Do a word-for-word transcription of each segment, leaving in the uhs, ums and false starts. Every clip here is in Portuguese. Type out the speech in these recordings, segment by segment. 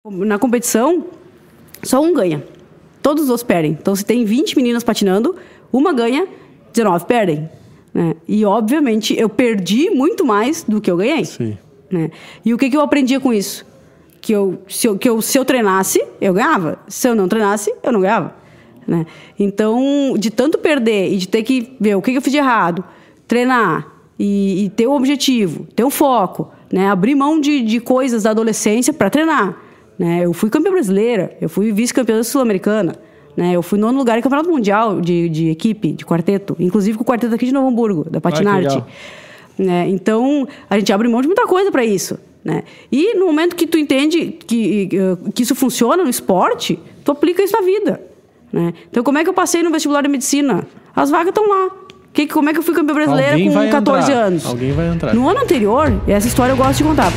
Na competição, só um ganha. Todos os outros perdem. Então, se tem vinte meninas patinando, uma ganha, dezenove perdem. Né? E, obviamente, eu perdi muito mais do que eu ganhei. Sim. Né? E o que, que eu aprendia com isso? Que, eu, se, eu, que eu, se eu treinasse, eu ganhava. Se eu não treinasse, eu não ganhava. Né? Então, de tanto perder e de ter que ver o que, que eu fiz de errado, treinar e, e ter um objetivo, ter um foco, né? Abrir mão de, de coisas da adolescência para treinar. Né? Eu fui campeã brasileira, eu fui vice-campeã sul-americana, né? Eu fui nono lugar em campeonato mundial de, de equipe, de quarteto, inclusive com o quarteto aqui de Novo Hamburgo, da Patinarte. Ah, né? Então, a gente abre mão de muita coisa para isso. Né? E no momento que tu entende que, que isso funciona no esporte, tu aplica isso na vida. Né? Então, como é que eu passei no vestibular de medicina? As vagas estão lá. Que, como é que eu fui campeã brasileira Alguém com catorze entrar. anos? Alguém vai entrar. No ano anterior, essa história eu gosto de contar.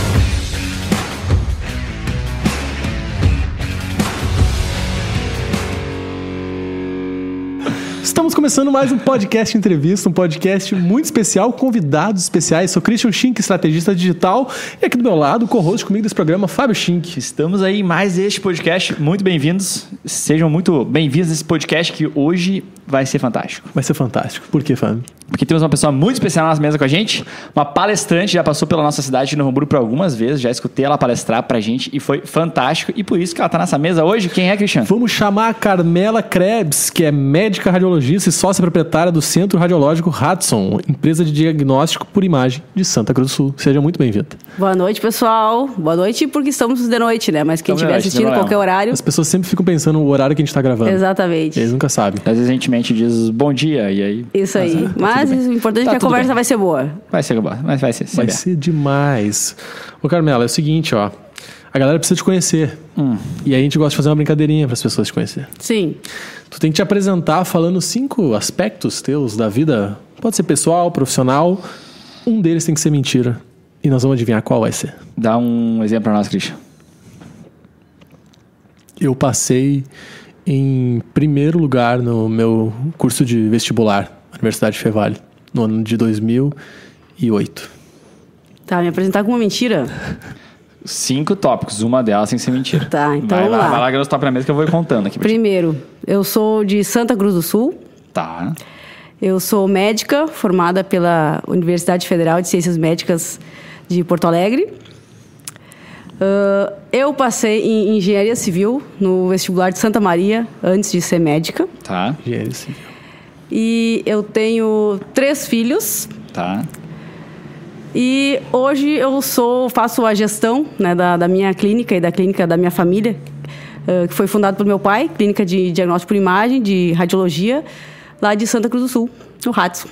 Estamos começando mais um podcast entrevista, um podcast muito especial, convidados especiais. Sou Christian Schink, estrategista digital, e aqui do meu lado, o co-host comigo desse programa, Fábio Schink. Estamos aí em mais este podcast, muito bem-vindos. Sejam muito bem-vindos nesse podcast que hoje vai ser fantástico. Vai ser fantástico. Por quê, Fábio? Porque temos uma pessoa muito especial na nossa mesa com a gente, uma palestrante, já passou pela nossa cidade de Novo Hamburgo por algumas vezes, já escutei ela palestrar pra gente e foi fantástico, e por isso que ela tá nessa mesa hoje. Quem é, Cristiano? Vamos chamar a Carmela Krebs, que é médica radiologista e sócia proprietária do Centro Radiológico Hudson, empresa de diagnóstico por imagem de Santa Cruz do Sul. Seja muito bem-vinda. Boa noite, pessoal. Boa noite, porque estamos de noite, né? Mas quem estiver assistindo qualquer horário... As pessoas sempre ficam pensando no horário que a gente tá gravando. Exatamente. Eles nunca sabem. Às vezes a gente mente e diz bom dia, e aí... Isso aí. Tá Mas o importante tá é que a conversa bem. vai ser boa. Vai ser boa, mas vai ser. Vai bem. ser demais. Ô, Carmela, é o seguinte, ó. A galera precisa te conhecer. Hum. E aí a gente gosta de fazer uma brincadeirinha para as pessoas te conhecer. Sim. Tu tem que te apresentar falando cinco aspectos teus da vida. Pode ser pessoal, profissional. Um deles tem que ser mentira. E nós vamos adivinhar qual vai ser. Dá um exemplo para nós, Christian. Eu passei em primeiro lugar no meu curso de vestibular, Universidade Fevale, no ano de dois mil e oito. Tá, me apresentar com uma mentira? Cinco tópicos, uma delas tem que ser mentira. Tá, então vai vamos lá. lá. Vai lá, que eu top na mesa que eu vou ir contando aqui. Primeiro, eu sou de Santa Cruz do Sul. Tá. Eu sou médica, formada pela Universidade Federal de Ciências Médicas de Porto Alegre. Uh, eu passei em Engenharia Civil no vestibular de Santa Maria, antes de ser médica. Tá. Engenharia Civil. E eu tenho três filhos. Tá. E hoje eu sou, faço a gestão, né, da, da minha clínica e da clínica da minha família, uh, que foi fundada pelo meu pai, clínica de diagnóstico por imagem, de radiologia, lá de Santa Cruz do Sul, no Hudson.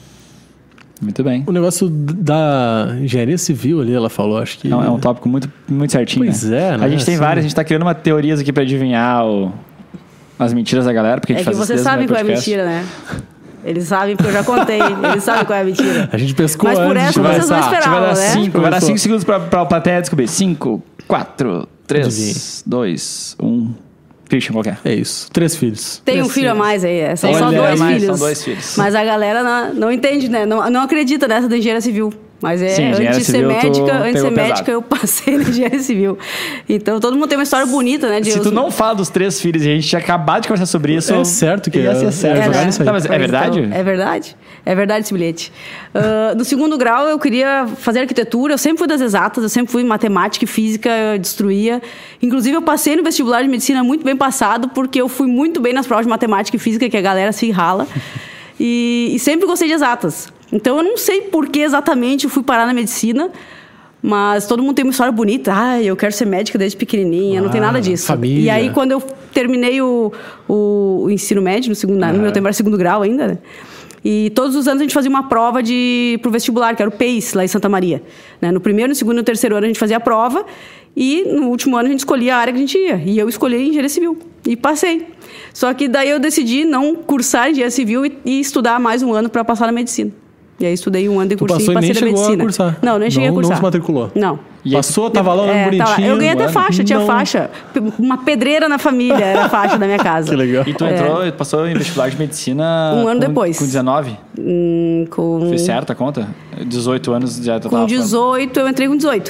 Muito bem. O negócio da engenharia civil ali, ela falou, acho que... É um, é um tópico muito, muito certinho. Pois né? é, né? A gente tem Assim... várias, a gente tá criando uma teorias aqui pra adivinhar o... as mentiras da galera, porque a gente É que faz vocês isso desde o sabem meu qual é a podcast. mentira, né? Eles sabem, porque eu já contei. Eles sabem qual é a mentira. A gente pescou Mas por antes essa de vocês não começar. Vai esperavam, dar né? cinco, vai dar Começou. cinco segundos pra, pra plateia descobrir. Cinco, quatro, três, Adivinha. dois, um... Christian, qualquer. É isso. Três filhos. Tem Três um filho a filhos. mais aí. São Tem só um filho a dois mais, filhos. são dois filhos. Mas a galera não, não entende, né? Não, não acredita nessa da engenharia civil. Mas é, Sim, engenharia antes de ser civil, tu médica, antes de ser pegou pesado. médica, eu passei na engenharia civil. Então todo mundo tem uma história bonita, né? De Se eu- tu não fala dos três filhos e a gente tinha acabado de conversar sobre isso... É certo que ia é- ser certo. é jogar né? nisso aí. Tá, mas é Pois verdade? então, é verdade. É verdade esse bilhete. Uh, no segundo grau, eu queria fazer arquitetura. Eu sempre fui das exatas, eu sempre fui matemática e física, eu destruía. Inclusive, eu passei no vestibular de medicina muito bem passado, porque eu fui muito bem nas provas de matemática e física, que a galera se rala. E, e sempre gostei de exatas. Então, eu não sei por que exatamente eu fui parar na medicina, mas todo mundo tem uma história bonita. Ah, eu quero ser médica desde pequenininha, não tem Ah, nada disso. família. E aí, quando eu terminei o, o, o ensino médio, no, segundo, no meu tempo era segundo grau ainda, né? E todos os anos a gente fazia uma prova de, pro vestibular, que era o P E I S, lá em Santa Maria. Né? No primeiro, no segundo e no terceiro ano a gente fazia a prova, e no último ano a gente escolhia a área que a gente ia. E eu escolhi engenharia civil, e passei. Só que daí eu decidi não cursar engenharia civil e, e estudar mais um ano para passar na medicina. E aí estudei um ano de Tu cursinho passou e e nem passei na chegou medicina. a cursar. Não, nem cheguei Não- a cursar. não se matriculou. Não. E Passou, tava lá, É, bonitinho. tá lá. Eu ganhei até ano. faixa, tinha Não. faixa. Uma pedreira na família era a faixa da minha casa. Que legal. E tu entrou, passou em vestibular de medicina... Um ano com, depois. Com dezenove? Hum, com Fiz certo a conta? dezoito anos já tu com tava dezoito, eu entrei com dezoito. falando.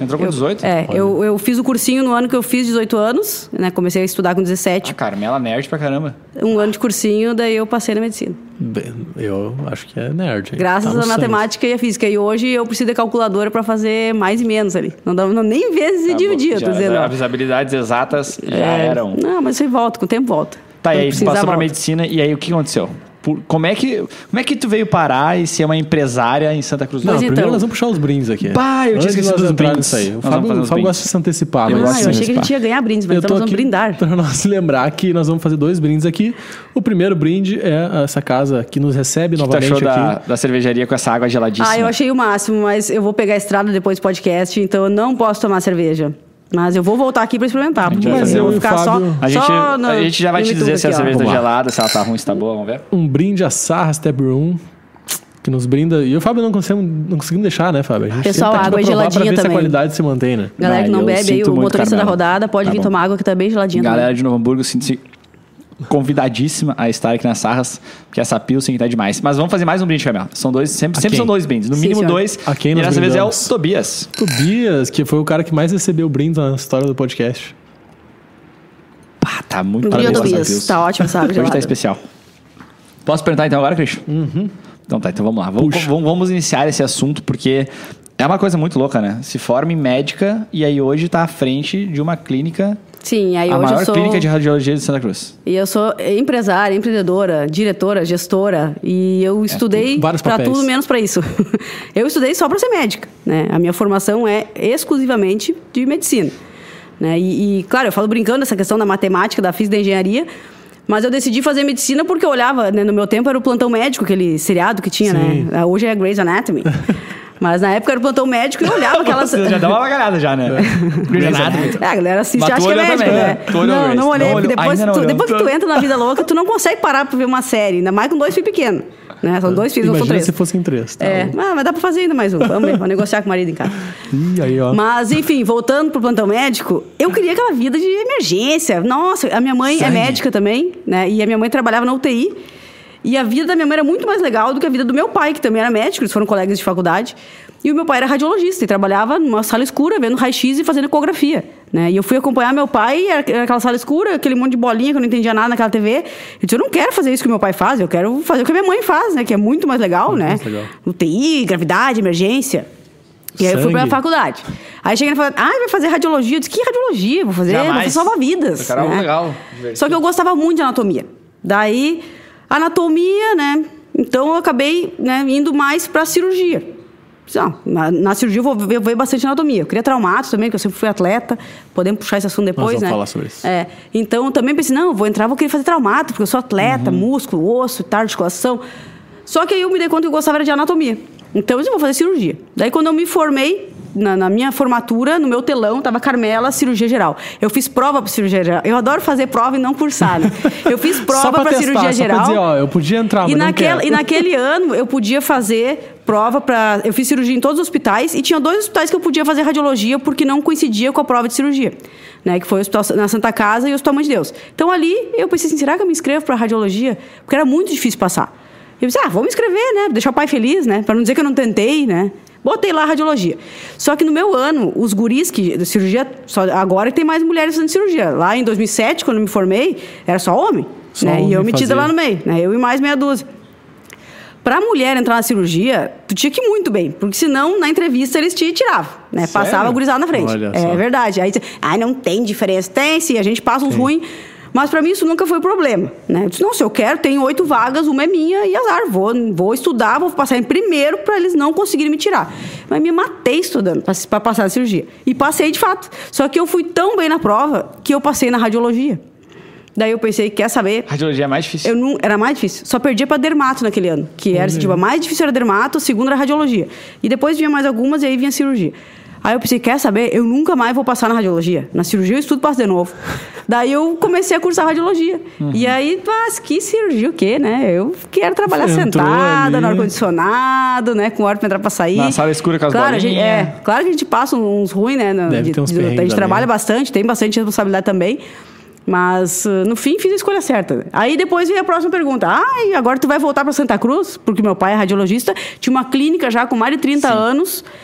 Entrou com eu, dezoito? É, eu, eu fiz o cursinho no ano que eu fiz dezoito anos, né? Comecei a estudar com dezessete. Ah, Carmela nerd pra caramba. Um ano de cursinho, daí eu passei na medicina. Bem, eu acho que é nerd. Hein? Graças Tá no à sangue. matemática e à física. E hoje eu preciso de calculadora para fazer mais e menos ali. Não dá não, nem vezes e Tá dividir, bom. eu tô Já- dizendo. ó. As habilidades exatas já É, eram. Não, mas você volta, com o tempo volta. Tá, e Quando aí tu precisar, passou pra volta. medicina, e aí o que aconteceu? Por- como, é que, como é que tu veio parar e ser uma empresária em Santa Cruz do Não, Mas Sul? primeiro então- nós vamos puxar os brindes aqui. Bah, eu tinha Antes de esquecido nós dos entrar brindes. nisso aí. O Nós vamos Fábio, fazer o os Fábio brindes. gosta de se antecipar. Eu mas gosto Ah, de eu achei que a participar. gente ia ganhar brindes, mas eu então tô nós vamos aqui brindar. para nós lembrar que nós vamos fazer dois brindes aqui. O primeiro brinde é essa casa que nos recebe O que tu novamente achou aqui. da, da cervejaria com essa água geladíssima? Ah, eu achei o máximo, mas eu vou pegar a estrada depois do podcast, então eu não posso tomar cerveja. Mas eu vou voltar aqui para experimentar, porque vai eu fazer vou eu e o ficar só, Fábio- A gente, só no, a gente já vai no te dizer YouTube se a aqui, ó. cerveja tá Vamos lá. gelada, se ela tá ruim, se tá boa, vamos ver. Um brinde a Sarras Tap Room, que nos brinda. E o Fábio não conseguimos, não conseguimos deixar, né, Fábio? A gente Pessoal, sempre tá aqui água pra é provar pra geladinha ver se a também. qualidade se mantém, né? Galera que Ah, não eu bebe, aí sinto o muito, motorista Carmela. da rodada pode Tá vir bom. tomar água que tá bem geladinha. também. Galera de Novo Hamburgo, sinto-se convidadíssima a estar aqui nas Sarras, porque essa Pilsen tá demais. Mas vamos fazer mais um brinde, Carmela. São dois, sempre, sempre quem? são dois brindes, no Sim, mínimo senhor. dois. A quem e nós dessa vez é o brindamos? Tobias. Tobias, que foi o cara que mais recebeu brindes na história do podcast. Pá, tá muito Bom dia, parabéns pra essa Tobias. Pilsen. Tá ótimo essa água Hoje tá gelada. especial. Posso perguntar então agora, Christian? Uhum. Então tá, então vamos lá. Vamos, Puxa. vamos, vamos iniciar esse assunto, porque é uma coisa muito louca, né? Se forma em médica e aí hoje tá à frente de uma clínica, Sim, aí a hoje maior eu sou... clínica de radiologia de Santa Cruz. E eu sou empresária, empreendedora, diretora, gestora, e eu estudei vários para papéis. tudo menos para isso. Eu estudei só para ser médica, né? A minha formação é exclusivamente de medicina, né? E, e, claro, eu falo brincando essa questão da matemática, da física, da engenharia, mas eu decidi fazer medicina porque eu olhava, né? No meu tempo era o Plantão Médico, aquele seriado que tinha, Sim. né? Hoje é Grey's Anatomy. Mas na época era o Plantão Médico e eu olhava aquelas... Você já dá uma galhada já, né? Grey's Anatomy. É, a galera assiste, Mas tu acha que é olhou médico, também, né? né? Tu olhou, Não, Grace? não olhei, Não porque olhou. depois, Ainda não tu, olhou. depois que tu entra na vida louca, tu não consegue parar pra ver uma série, ainda mais com dois filhos pequenos, né? São dois filhos, não são Imagina três. se fossem três. Tá? É, ah, mas dá pra fazer ainda mais um. Vamos ver, vou negociar com o marido em casa. Ih, aí, ó. Mas, enfim, voltando pro plantão médico, eu queria aquela vida de emergência. Nossa, a minha mãe Sangue. é médica também, né? E a minha mãe trabalhava na U T I. E a vida da minha mãe era muito mais legal do que a vida do meu pai, que também era médico, eles foram colegas de faculdade. E o meu pai era radiologista e trabalhava numa sala escura, vendo raio-x e fazendo ecografia, né? E eu fui acompanhar meu pai, era era aquela sala escura, aquele monte de bolinha que eu não entendia nada naquela T V. Eu disse, eu não quero fazer isso que o meu pai faz, eu quero fazer o que a minha mãe faz, né? Que é muito mais legal, Muito né? mais legal. U T I, gravidade, emergência. E aí eu fui pra Sangue. faculdade. Aí cheguei na faculdade, ah, vai fazer radiologia. Eu disse, que radiologia? Vou fazer, vou fazer Jamais. salva-vidas. Esse cara é né? legal, divertido. Só que eu gostava muito de anatomia. Daí, anatomia, né? Então eu acabei, né, indo mais pra cirurgia. Não, na, na cirurgia eu vou ver, ver bastante anatomia. Eu queria traumato também, porque eu sempre fui atleta. Podemos puxar esse assunto depois, vamos né? falar sobre isso. É. Então eu também pensei, não, eu vou entrar, vou querer fazer traumato, porque eu sou atleta, Uhum. músculo, osso, tal, articulação. Só que aí eu me dei conta que eu gostava era de anatomia. Então eu disse, vou fazer cirurgia. Daí quando eu me formei, na, na minha formatura, no meu telão, tava Carmela, cirurgia geral. Eu fiz prova para cirurgia geral. Eu adoro fazer prova e não cursar, né? Eu fiz Só prova pra para testar, cirurgia só geral. pra dizer, ó, eu podia entrar, E, mas não naquela, quero. e naquele ano eu podia fazer prova para. Eu fiz cirurgia em todos os hospitais e tinha dois hospitais que eu podia fazer radiologia porque não coincidia com a prova de cirurgia. Né, que foi o hospital na Santa Casa e o Hospital Mãe de Deus. Então ali eu pensei assim, será que eu me inscrevo para radiologia? Porque era muito difícil passar. Eu pensei, ah, vou me inscrever, né? Deixar o pai feliz, né? Para não dizer que eu não tentei, né? Botei lá radiologia. Só que no meu ano, os guris que de cirurgia, só agora que tem mais mulheres fazendo cirurgia. Lá em dois mil e sete, quando eu me formei, era só homem. Só né? homem E eu metida fazia. lá no meio, né? Eu e mais meia dúzia. Pra mulher entrar na cirurgia, tu tinha que ir muito bem, porque senão na entrevista eles te tiravam, né? Sério? Passava a gurizada na frente. Olha é só. verdade. Aí, ah, não tem diferença. Tem sim, a gente passa uns ruins. Mas pra mim isso nunca foi problema, né? Eu disse, não, se eu quero, tenho oito vagas, uma é minha e azar. Vou, vou estudar, vou passar em primeiro pra eles não conseguirem me tirar. Mas me matei estudando pra, pra passar na cirurgia. E passei de fato. Só que eu fui tão bem na prova que eu passei na radiologia. Daí eu pensei, quer saber? Radiologia é mais difícil. Eu não, era mais difícil. Só perdia pra dermato naquele ano. Que era, tipo, a mais difícil era dermato, a segunda era radiologia. E depois vinha mais algumas e aí vinha cirurgia. Aí eu pensei, quer saber? Eu nunca mais vou passar na radiologia. Na cirurgia eu estudo, passo de novo. Daí eu comecei a cursar radiologia. Uhum. E aí, mas que cirurgia o quê, né? Eu quero trabalhar Você entrou sentada, ali. no ar-condicionado, né? Com hora pra entrar pra sair. Na sala escura com as claro, a gente, bolinhas. é, claro que a gente passa uns ruins, né? no- Deve de- ter uns de- perrengues a gente ali. trabalha bastante, tem bastante responsabilidade também. Mas, uh, no fim, fiz a escolha certa. Aí depois veio a próxima pergunta. Ah, e agora tu vai voltar para Santa Cruz? Porque meu pai é radiologista. Tinha uma clínica já com mais de trinta anos.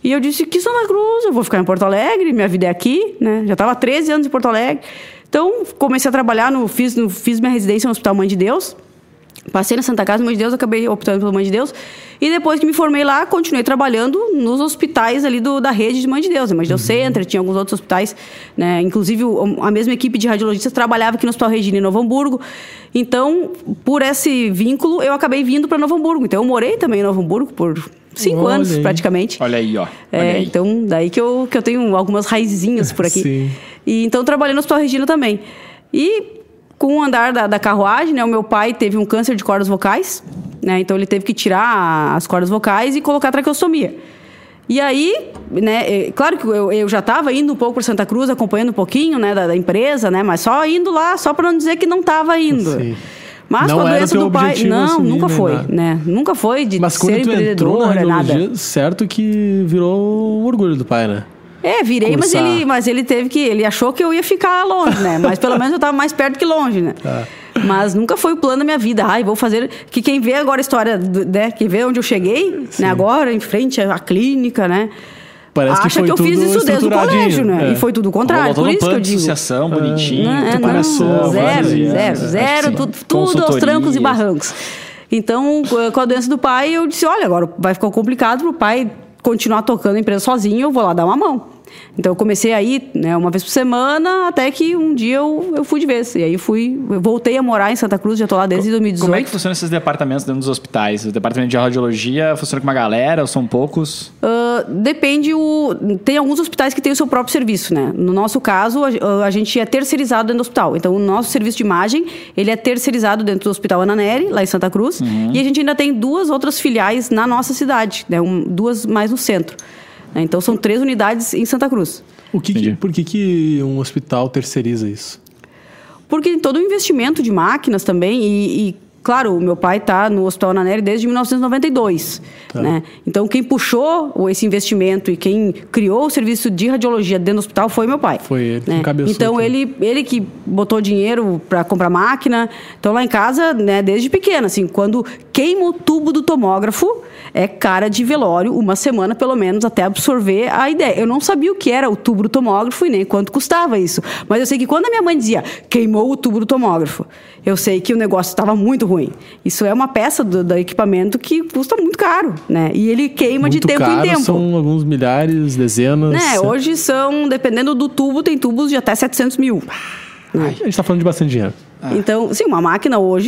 E eu disse, que Santa Cruz, eu vou ficar em Porto Alegre, minha vida é aqui, né? Já estava há treze anos em Porto Alegre. Então, comecei a trabalhar, no, fiz, no, fiz minha residência no Hospital Mãe de Deus. Passei na Santa Casa Mãe de Deus, acabei optando pelo Mãe de Deus. E depois que me formei lá, continuei trabalhando nos hospitais ali do, da rede de Mãe de Deus. Mãe de Deus uhum. Center, tinha alguns outros hospitais, né? Inclusive, a mesma equipe de radiologistas trabalhava aqui no Hospital Regina, em Novo Hamburgo. Então, por esse vínculo, eu acabei vindo para Novo Hamburgo. Então, eu morei também em Novo Hamburgo por cinco Olha anos, aí. praticamente. Olha aí, ó. Olha é, aí. Então, daí que eu, que eu tenho algumas raizinhas por aqui. Sim. E, então, trabalhei no Hospital Regina também. E... Com o andar da, da carruagem, né, o meu pai teve um câncer de cordas vocais, né, então ele teve que tirar as cordas vocais e colocar traqueostomia. E aí, né, é, claro que eu, eu já estava indo um pouco para Santa Cruz, acompanhando um pouquinho, né, da, da empresa, né, mas só indo lá, só para não dizer que não estava indo. Sim. Mas não com a doença do pai, não, assumir, nunca foi, nada. né? Nunca foi de mas ser empreendedora, nada. Certo que virou o orgulho do pai, né? É, virei, mas ele, mas ele teve que... Ele achou que eu ia ficar longe, né? Mas pelo menos eu estava mais perto que longe, né? Tá. Mas nunca foi o plano da minha vida. Ai, vou fazer... Que quem vê agora a história, né? Quem vê onde eu cheguei, né? Agora, em frente à clínica, né? Parece acha que, foi que eu fiz isso desde o colégio, né? É. E foi tudo o contrário, por isso que eu digo. Associação, bonitinho, não, é, não, zero, zero, zero, tudo, tudo aos trancos e barrancos. Então, com a doença do pai, eu disse, olha, agora vai ficar complicado pro pai continuar tocando a empresa sozinho, eu vou lá dar uma mão. Então, eu comecei a ir, né, uma vez por semana, até que um dia eu, eu fui de vez. E aí, fui, eu voltei a morar em Santa Cruz, já estou lá desde dois mil e dezoito. Como é que funcionam esses departamentos dentro dos hospitais? O departamento de radiologia funciona com uma galera ou são poucos? Uh, depende. O, tem alguns hospitais que têm o seu próprio serviço, né? No nosso caso, a, a gente é terceirizado dentro do hospital. Então, o nosso serviço de imagem, ele é terceirizado dentro do Hospital Ana Nery, lá em Santa Cruz. Uhum. E a gente ainda tem duas outras filiais na nossa cidade, né? Um, duas mais no centro. Então, são três unidades em Santa Cruz. O que que, por que, que um hospital terceiriza isso? Porque tem todo o investimento de máquinas também e, e claro, o meu pai está no Hospital Ana Nery desde mil novecentos e noventa e dois. Tá. Né? Então, quem puxou esse investimento e quem criou o serviço de radiologia dentro do hospital foi meu pai. Foi ele, né? Então, ele, ele que botou dinheiro para comprar máquina. Então, lá em casa, né, desde pequena, assim, quando queima o tubo do tomógrafo, é cara de velório, uma semana pelo menos, até absorver a ideia. Eu não sabia o que era o tubo do tomógrafo e nem quanto custava isso. Mas eu sei que quando a minha mãe dizia, queimou o tubo do tomógrafo, eu sei que o negócio estava muito ruim. Isso é uma peça do, do equipamento que custa muito caro, né? E ele queima muito de tempo caro, em tempo. São alguns milhares, dezenas... Né? Hoje são, dependendo do tubo, tem tubos de até setecentos mil. Ai, né? A gente está falando de bastante dinheiro. Ah. Então, sim, uma máquina hoje...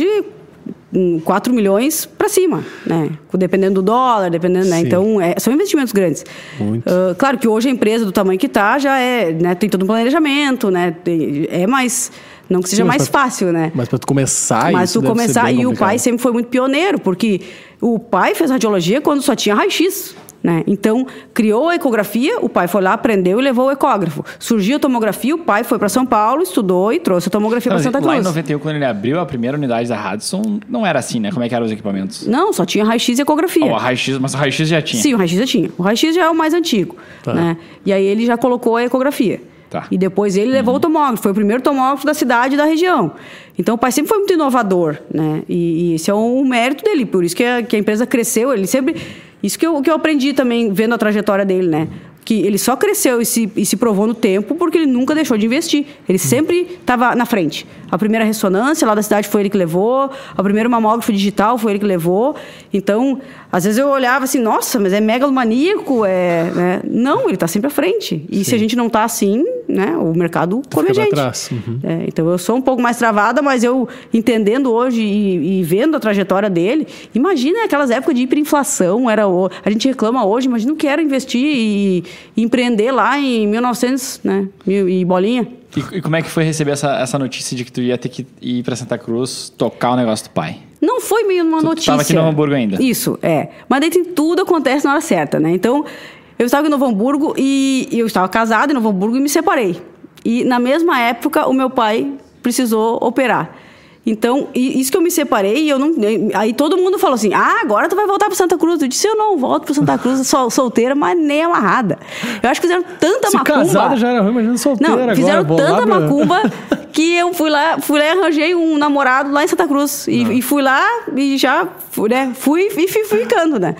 quatro milhões para cima, né? Dependendo do dólar, dependendo, né? Então, é, são investimentos grandes. Muito. Uh, claro que hoje a empresa do tamanho que está já é, né? Tem todo um planejamento, né? Tem, é mais, não que seja Sim, mais pra, fácil, né? Mas para tu começar, mas isso tu começar e complicado. O pai sempre foi muito pioneiro, porque o pai fez radiologia quando só tinha raio-x. Né? Então, criou a ecografia, o pai foi lá, aprendeu e levou o ecógrafo. Surgiu a tomografia, o pai foi para São Paulo, estudou e trouxe a tomografia para Santa Cruz. Lá em noventa e um, quando ele abriu a primeira unidade da Radisson, não era assim, né? Como é que eram os equipamentos? Não, só tinha raio-x e ecografia. Oh, raio-x, mas o raio-x já tinha? Sim, o raio-x já tinha. O raio-x já é o mais antigo. Tá. Né? E aí ele já colocou a ecografia. Tá. E depois ele uhum. levou o tomógrafo, foi o primeiro tomógrafo da cidade e da região. Então o pai sempre foi muito inovador, né? E, e esse é um mérito dele, por isso que a, que a empresa cresceu. Ele sempre... Isso que eu, que eu aprendi também vendo a trajetória dele, né? Que ele só cresceu e se, e se provou no tempo porque ele nunca deixou de investir. Ele sempre estava na frente. A primeira ressonância lá da cidade foi ele que levou, o primeiro mamógrafo digital foi ele que levou. Então, às vezes eu olhava assim, nossa, mas é megalomaníaco, é... Né? Não, ele está sempre à frente. E Sim. se a gente não está assim, né, o mercado come a gente. Atrás. Uhum. É, então, eu sou um pouco mais travada, mas eu entendendo hoje e, e vendo a trajetória dele, imagina aquelas épocas de hiperinflação, era o... a gente reclama hoje, imagina o que era investir e, e empreender lá em mil e novecentos, né, e bolinha. E, e como é que foi receber essa, essa notícia de que tu ia ter que ir para Santa Cruz tocar o negócio do pai? Não foi meio uma tu, notícia. Tu estava aqui no Novo Hamburgo ainda. Isso, é. Mas daí tudo acontece na hora certa, né? Então, eu estava em Novo Hamburgo e eu estava casada em Novo Hamburgo e me separei. E na mesma época, o meu pai precisou operar. Então, isso que eu me separei, e eu não, aí todo mundo falou assim, ah, agora tu vai voltar para Santa Cruz. Eu disse, eu não volto para Santa Cruz sol, solteira, mas nem amarrada. Eu acho que fizeram tanta Se macumba... Se casada já era ruim, imagina solteira agora. Não, fizeram agora, tanta pra... macumba que eu fui lá, fui lá e arranjei um namorado lá em Santa Cruz. E, e fui lá e já fui, né, fui e fui ficando, né?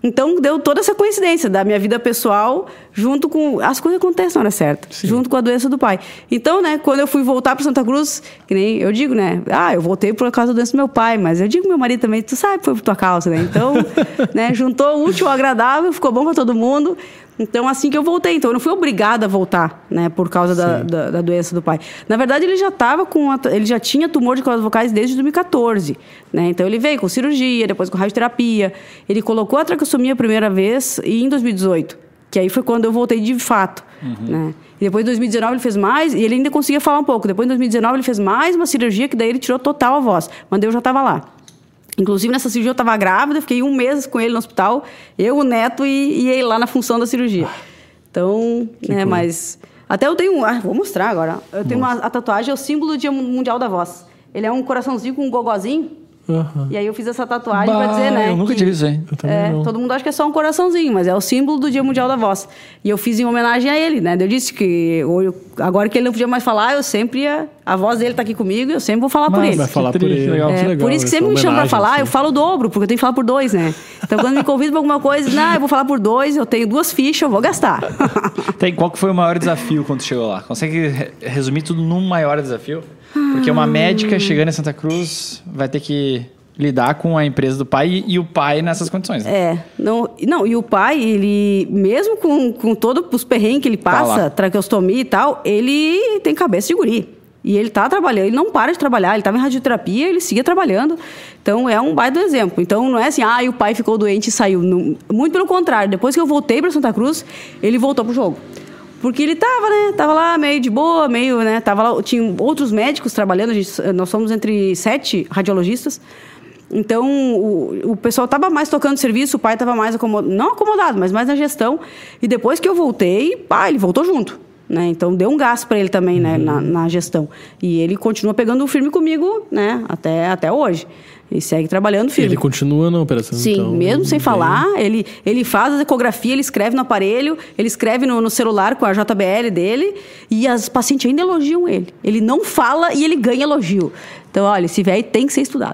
Então, deu toda essa coincidência da minha vida pessoal junto com... As coisas acontecem na hora certa. Sim. Junto com a doença do pai. Então, né, quando eu fui voltar para Santa Cruz, que nem eu digo, né? Ah, eu voltei por causa da doença do meu pai, mas eu digo pro meu marido também, tu sabe que foi por tua causa, né? Então, né, juntou o útil ao agradável, ficou bom para todo mundo. Então, assim que eu voltei. Então, eu não fui obrigada a voltar, né? Por causa da, da, da doença do pai. Na verdade, ele já estava com... A, ele já tinha tumor de cordas vocais desde dois mil e catorze, né? Então, ele veio com cirurgia, depois com radioterapia. Ele colocou a traqueostomia a primeira vez em dois mil e dezoito. Que aí foi quando eu voltei de fato, uhum. né? E depois, em dois mil e dezenove, ele fez mais... E ele ainda conseguia falar um pouco. Depois, em dois mil e dezenove, ele fez mais uma cirurgia, que daí ele tirou total a voz. Mas eu já estava lá. Inclusive, nessa cirurgia eu estava grávida, fiquei um mês com ele no hospital, eu, o neto, e, e ele lá na função da cirurgia. Então, que né, coisa. Mas... Até eu tenho... Ah, vou mostrar agora. Eu tenho uma, a tatuagem, é o símbolo do Dia Mundial da Voz. Ele é um coraçãozinho com um gogozinho. Uhum. E aí eu fiz essa tatuagem para dizer, né? Eu nunca tive isso, hein? É, todo mundo acha que é só um coraçãozinho, mas é o símbolo do Dia Mundial da Voz. E eu fiz em homenagem a ele, né? Eu disse que eu, agora que ele não podia mais falar, eu sempre ia... A voz dele tá aqui comigo, eu sempre vou falar mas por ele. Vai falar por ele. Legal, é, legal, por isso que sempre me chamam para falar, assim. Eu falo o dobro, porque eu tenho que falar por dois, né? Então, quando me convidam para alguma coisa, não, eu vou falar por dois, eu tenho duas fichas, eu vou gastar. Tem, qual que foi o maior desafio quando chegou lá? Consegue resumir tudo num maior desafio? Porque uma médica chegando em Santa Cruz vai ter que... lidar com a empresa do pai e, e o pai nessas condições. Né? É. Não, não, e o pai, ele, mesmo com, com todos os perrengues que ele passa, tá traqueostomia e tal, ele tem cabeça de guri. E ele tá trabalhando, ele não para de trabalhar, ele estava em radioterapia, ele seguia trabalhando. Então, é um baita exemplo. Então, não é assim, ah, e o pai ficou doente e saiu. Não, muito pelo contrário, depois que eu voltei para Santa Cruz, ele voltou pro jogo. Porque ele tava, né? Tava lá meio de boa, meio, né? Tava lá, tinha outros médicos trabalhando, a gente, nós somos entre sete radiologistas. Então, o, o pessoal estava mais tocando serviço, o pai estava mais acomodado, não acomodado, mas mais na gestão. E depois que eu voltei, pá, ele voltou junto. Né? Então, deu um gás para ele também, uhum. né? na, na gestão. E ele continua pegando firme comigo, né? até, até hoje. E segue trabalhando firme. Ele continua na operação? Sim, então, mesmo sem bem... falar, ele, ele faz a ecografia, ele escreve no aparelho, ele escreve no, no celular com a J B L dele, e as pacientes ainda elogiam ele. Ele não fala e ele ganha elogio. Então, olha, esse velho tem que ser estudado.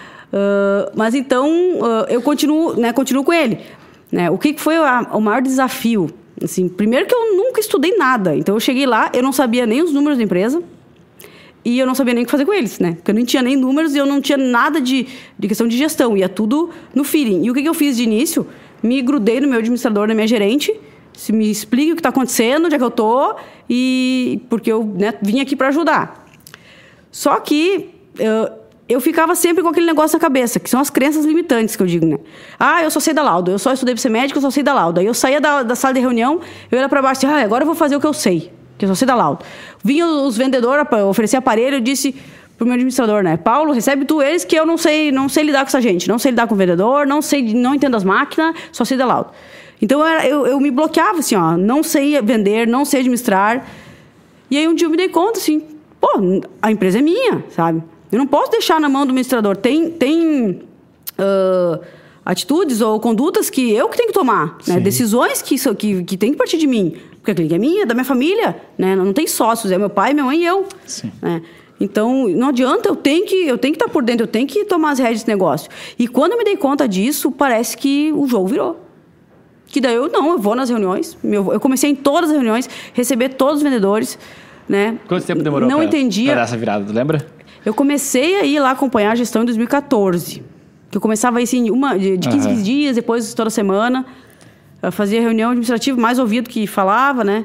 Uh, mas então uh, eu continuo, né, continuo com ele, né? O que foi a, o maior desafio? Assim, primeiro que eu nunca estudei nada, então eu cheguei lá, eu não sabia nem os números da empresa e eu não sabia nem o que fazer com eles, né? Porque eu não tinha nem números e eu não tinha nada de, de questão de gestão, ia tudo no feeling. E o que, que eu fiz de início? Me grudei no meu administrador, na minha gerente, se me explique o que está acontecendo, onde é que eu tô, e porque eu, né, vim aqui para ajudar. Só que uh, eu ficava sempre com aquele negócio na cabeça, que são as crenças limitantes que eu digo, né? Ah, eu só sei da lauda, eu só estudei para ser médico, eu só sei da lauda. Aí eu saía da, da sala de reunião, eu ia para baixo e ah, agora eu vou fazer o que eu sei, que eu só sei da lauda. Vinham os vendedores para oferecer aparelho, eu disse pro meu administrador, né? Paulo, recebe tu eles que eu não sei, não sei lidar com essa gente, não sei lidar com o vendedor, não sei, não entendo as máquinas, só sei da lauda. Então eu, eu, eu me bloqueava assim, ó, não sei vender, não sei administrar. E aí um dia eu me dei conta assim, pô, a empresa é minha, sabe? Eu não posso deixar na mão do administrador. Tem, tem uh, atitudes ou condutas que eu que tenho que tomar. Né? Decisões que, que, que tem que partir de mim. Porque a clínica é minha, é da minha família. Né? Não tem sócios, é meu pai, minha mãe e eu. Né? Então, não adianta, eu tenho, que, eu tenho que estar por dentro, eu tenho que tomar as rédeas desse negócio. E quando eu me dei conta disso, parece que o jogo virou. Que daí eu, não, eu vou nas reuniões. Eu comecei em todas as reuniões, receber todos os vendedores. Né? Quanto tempo demorou não pra, entendia... pra dar essa virada, tu lembra? Eu comecei a ir lá acompanhar a gestão em dois mil e catorze. Que eu começava assim, uma, de, de quinze, uhum. quinze dias, depois toda semana. Eu fazia reunião administrativa, mais ouvido que falava, né?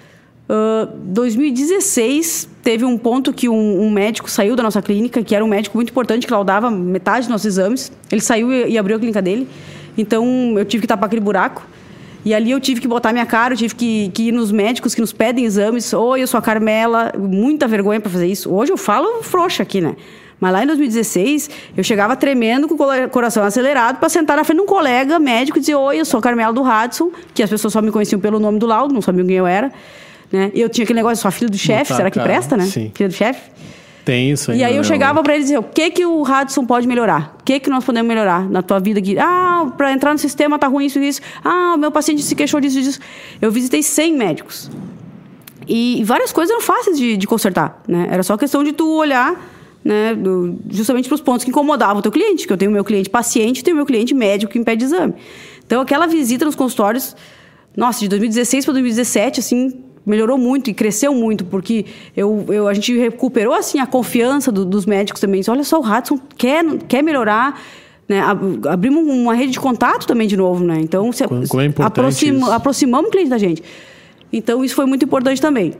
Uh, dois mil e dezesseis, teve um ponto que um, um médico saiu da nossa clínica, que era um médico muito importante, que laudava metade dos nossos exames. Ele saiu e, e abriu a clínica dele. Então, eu tive que tapar aquele buraco. E ali eu tive que botar minha cara, eu tive que, que ir nos médicos que nos pedem exames. Oi, eu sou a Carmela. Muita vergonha para fazer isso. Hoje eu falo frouxa aqui, né? Mas lá em dois mil e dezesseis, eu chegava tremendo com o coração acelerado para sentar na frente de um colega médico e dizer: oi, eu sou a Carmela do Hudson, que as pessoas só me conheciam pelo nome do laudo, não sabiam quem eu era. Né? E eu tinha aquele negócio, sou a filha do chefe, será que presta, né? Sim. Filha do chefe. Tem isso aí. E aí eu chegava para ele dizer, o que que o Hudson pode melhorar? O que que nós podemos melhorar na tua vida aqui? Ah, para entrar no sistema tá ruim isso e isso. Ah, o meu paciente se queixou disso e disso. Eu visitei cem médicos. E várias coisas eram fáceis de, de consertar, né? Era só questão de tu olhar, né, do, justamente para os pontos que incomodavam o teu cliente, que eu tenho o meu cliente paciente e tenho o meu cliente médico que me pede exame. Então, aquela visita nos consultórios, nossa, de dois mil e dezesseis para dois mil e dezessete, assim, melhorou muito e cresceu muito, porque eu, eu, a gente recuperou, assim, a confiança do, dos médicos também. Olha só, o Hudson quer, quer melhorar, né? Abrimos uma rede de contato também de novo, né? Então, se, como é importante aproxima, isso. aproximamos o cliente da gente. Então, isso foi muito importante também.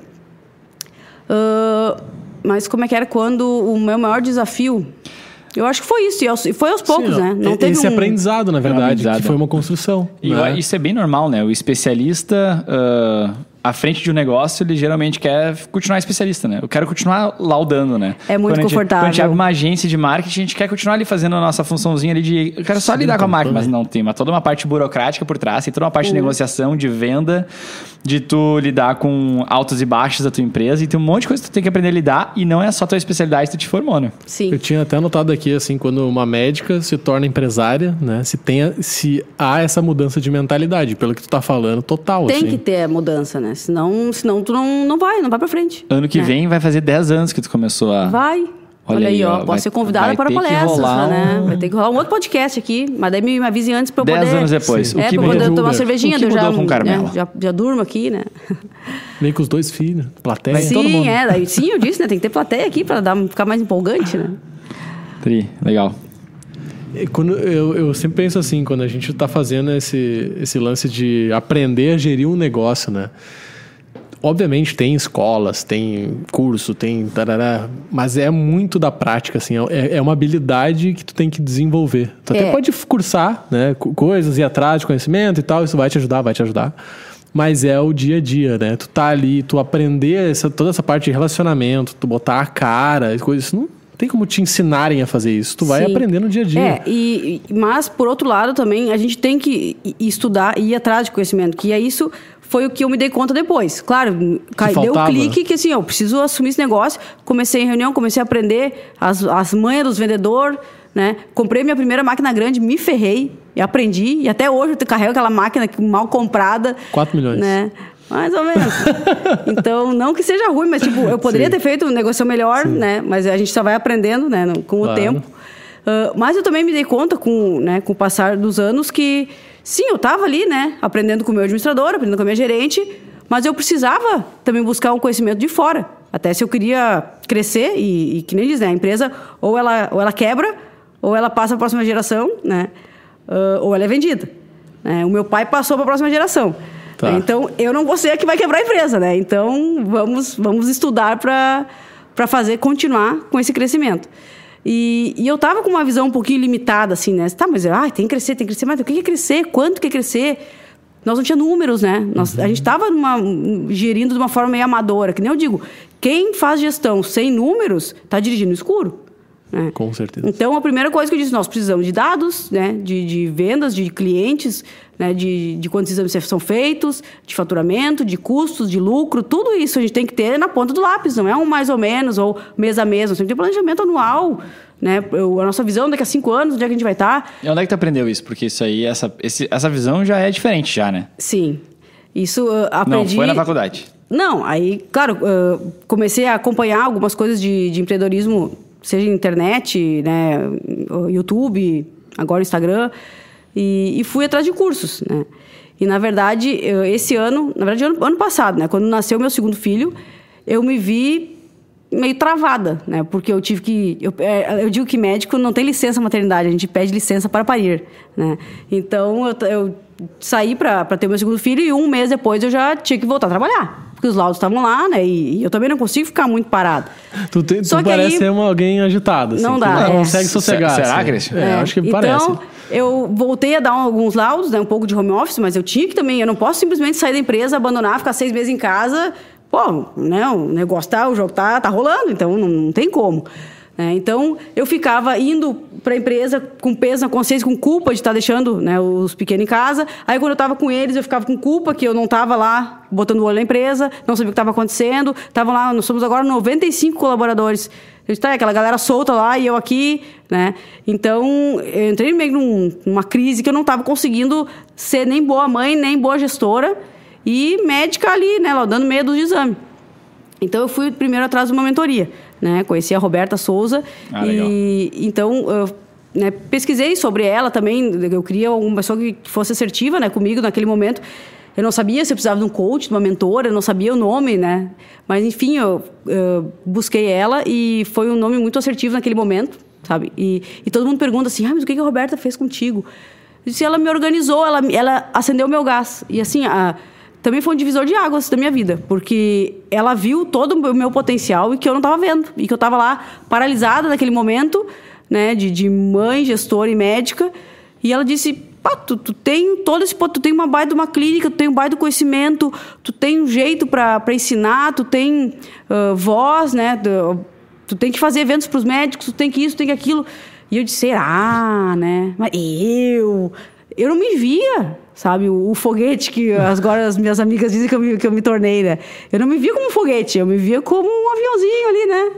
Uh, mas como é que era quando o meu maior desafio... Eu acho que foi isso, e foi aos poucos, Sim, né? Não teve esse um... aprendizado, na verdade, aprendizado. que foi uma construção. E né? Isso é bem normal, né? O especialista... Uh... à frente de um negócio, ele geralmente quer continuar especialista, né? Eu quero continuar laudando, né? É muito quando a gente, confortável. Quando a gente abre uma agência de marketing, a gente quer continuar ali fazendo a nossa funçãozinha ali de... Eu quero só Sim, lidar com a marca, também. mas não tem. Mas toda uma parte burocrática por trás, tem toda uma parte uhum. de negociação, de venda, de tu lidar com altos e baixos da tua empresa, e tem um monte de coisa que tu tem que aprender a lidar, e não é só a tua especialidade que tu te formou, né? Sim. Eu tinha até anotado aqui, assim, quando uma médica se torna empresária, né? Se, tenha, se há essa mudança de mentalidade, pelo que tu tá falando, total, Tem assim. que ter a mudança, né? Senão, senão tu não, não vai, não vai pra frente. Ano que né? vem vai fazer dez anos que tu começou a... Vai. Olha, Olha aí, ó. Posso vai, ser convidada para palestras, né? Um... Vai ter que rolar um outro podcast aqui, mas daí me, me avisem antes pra eu dez poder... anos depois. Sim. É, o que pra eu poder mudou? tomar uma cervejinha. O que mudou já, com Carmela? Né, já, já durmo aqui, né? Vem com os dois filhos, plateia, sim, todo mundo. É, daí, sim, eu disse, né? Tem que ter plateia aqui pra dar, ficar mais empolgante, né? Tri, legal. Quando eu, eu sempre penso assim, quando a gente está fazendo esse, esse lance de aprender a gerir um negócio, né? Obviamente tem escolas, tem curso, tem tarará, mas é muito da prática, assim, é, é uma habilidade que tu tem que desenvolver. Tu até é. pode cursar, né, coisas, ir atrás de conhecimento e tal, isso vai te ajudar, vai te ajudar. Mas é o dia a dia, né? Tu tá ali, tu aprender essa, toda essa parte de relacionamento, tu botar a cara, coisas, isso não tem como te ensinarem a fazer isso. Tu vai Sim. aprender no dia a dia. É, e, mas por outro lado também, a gente tem que estudar e ir atrás de conhecimento, que é isso... Foi o que eu me dei conta depois. Claro, cai, deu um clique que assim, eu preciso assumir esse negócio. Comecei em reunião, comecei a aprender as, as manhas dos vendedores, né? Comprei minha primeira máquina grande, me ferrei e aprendi. E até hoje eu carrego aquela máquina mal comprada. quatro milhões. Né? Mais ou menos. Então, não que seja ruim, mas tipo, eu poderia Sim. ter feito um negócio melhor, Sim. né? Mas a gente só vai aprendendo, né? Com claro. o tempo. Uh, mas eu também me dei conta com, né, com o passar dos anos que... Sim, eu estava ali, né, aprendendo com o meu administrador, aprendendo com a minha gerente, mas eu precisava também buscar um conhecimento de fora. Até se eu queria crescer, e, e que nem diz, né, a empresa ou ela, ou ela quebra, ou ela passa para a próxima geração, né, uh, ou ela é vendida. Né? O meu pai passou para a próxima geração. Tá. Então, eu não vou ser a que vai quebrar a empresa, né? Então, vamos, vamos estudar para para fazer, continuar com esse crescimento. E, e eu tava com uma visão um pouquinho limitada, assim, né? Tá, mas ah, tem que crescer, tem que crescer. Mas o que é crescer? Quanto que é crescer? Nós não tinha números, né? Nós, uhum. A gente tava numa, gerindo de uma forma meio amadora. Que nem eu digo, quem faz gestão sem números, tá dirigindo no escuro. Né? Com certeza. Então, a primeira coisa que eu disse, nós precisamos de dados, né? De, de vendas, de clientes, né? de, de quantos exames são feitos, de faturamento, de custos, de lucro, tudo isso a gente tem que ter na ponta do lápis, não é um mais ou menos, ou mês a mês, nós temos que ter planejamento anual, né? Eu, a nossa visão daqui a cinco anos, onde é que a gente vai estar. E onde é que tu aprendeu isso? Porque isso aí, essa, esse, essa visão já é diferente já, né? Sim, isso uh, aprendi... Não, foi na faculdade. Não, aí, claro, uh, comecei a acompanhar algumas coisas de, de empreendedorismo, seja internet, né, YouTube, agora Instagram, e, e fui atrás de cursos, né? E, na verdade, eu, esse ano, na verdade, ano, ano passado, né, quando nasceu meu segundo filho, eu me vi meio travada, né, porque eu tive que... Eu, eu digo que médico não tem licença maternidade, a gente pede licença para parir, né? Então, eu, eu saí para ter meu segundo filho e um mês depois eu já tinha que voltar a trabalhar. Porque os laudos estavam lá, né? E, e eu também não consigo ficar muito parado. Tu, te, tu parece aí, ser uma, alguém agitado. Assim, não dá. Não é. consegue sossegar. Será, assim. Cristian? É, é. acho que então, parece. Então, eu voltei a dar alguns laudos, né? Um pouco de home office, mas eu tinha que também... Eu não posso simplesmente sair da empresa, abandonar, ficar seis meses em casa. Pô, né? O negócio tá... O jogo tá, tá rolando, então não, não tem como. É, então, eu ficava indo para a empresa com peso na consciência, com culpa de estar deixando, né, os pequenos em casa. Aí, quando eu estava com eles, eu ficava com culpa que eu não estava lá botando o olho na empresa, não sabia o que estava acontecendo. Estavam lá, nós somos agora noventa e cinco colaboradores. Está aquela galera solta lá e eu aqui, né? Então, eu entrei meio num, numa crise que eu não estava conseguindo ser nem boa mãe, nem boa gestora. E médica ali, né, lá, dando medo do exame. Então, eu fui primeiro atrás de uma mentoria. Né? Conheci a Roberta Souza. Ah, e então eu né, pesquisei sobre ela também. Eu queria uma pessoa que fosse assertiva, né, comigo naquele momento. Eu não sabia se eu precisava de um coach, de uma mentora, eu não sabia o nome, né? Mas, enfim, eu, eu busquei ela e foi um nome muito assertivo naquele momento, sabe? E, e todo mundo pergunta assim, ah, mas o que a Roberta fez contigo? Eu disse, ela me organizou, ela, ela acendeu o meu gás. E, assim, a, também foi um divisor de águas da minha vida, porque ela viu todo o meu potencial e que eu não estava vendo. E que eu estava lá paralisada naquele momento, né? De, de mãe, gestora e médica. E ela disse... Pá, tu, tu tem todo esse tu tem uma baita de uma clínica, tu tem um baita do conhecimento, tu tem um jeito para ensinar, tu tem uh, voz, né? Tu, tu tem que fazer eventos para os médicos, tu tem que isso, tu tem que aquilo. E eu disse, será, né? Mas eu... Eu não me via, sabe? O, o foguete que agora as minhas amigas dizem que eu, me, que eu me tornei, né? Eu não me via como um foguete, eu me via como um aviãozinho ali, né?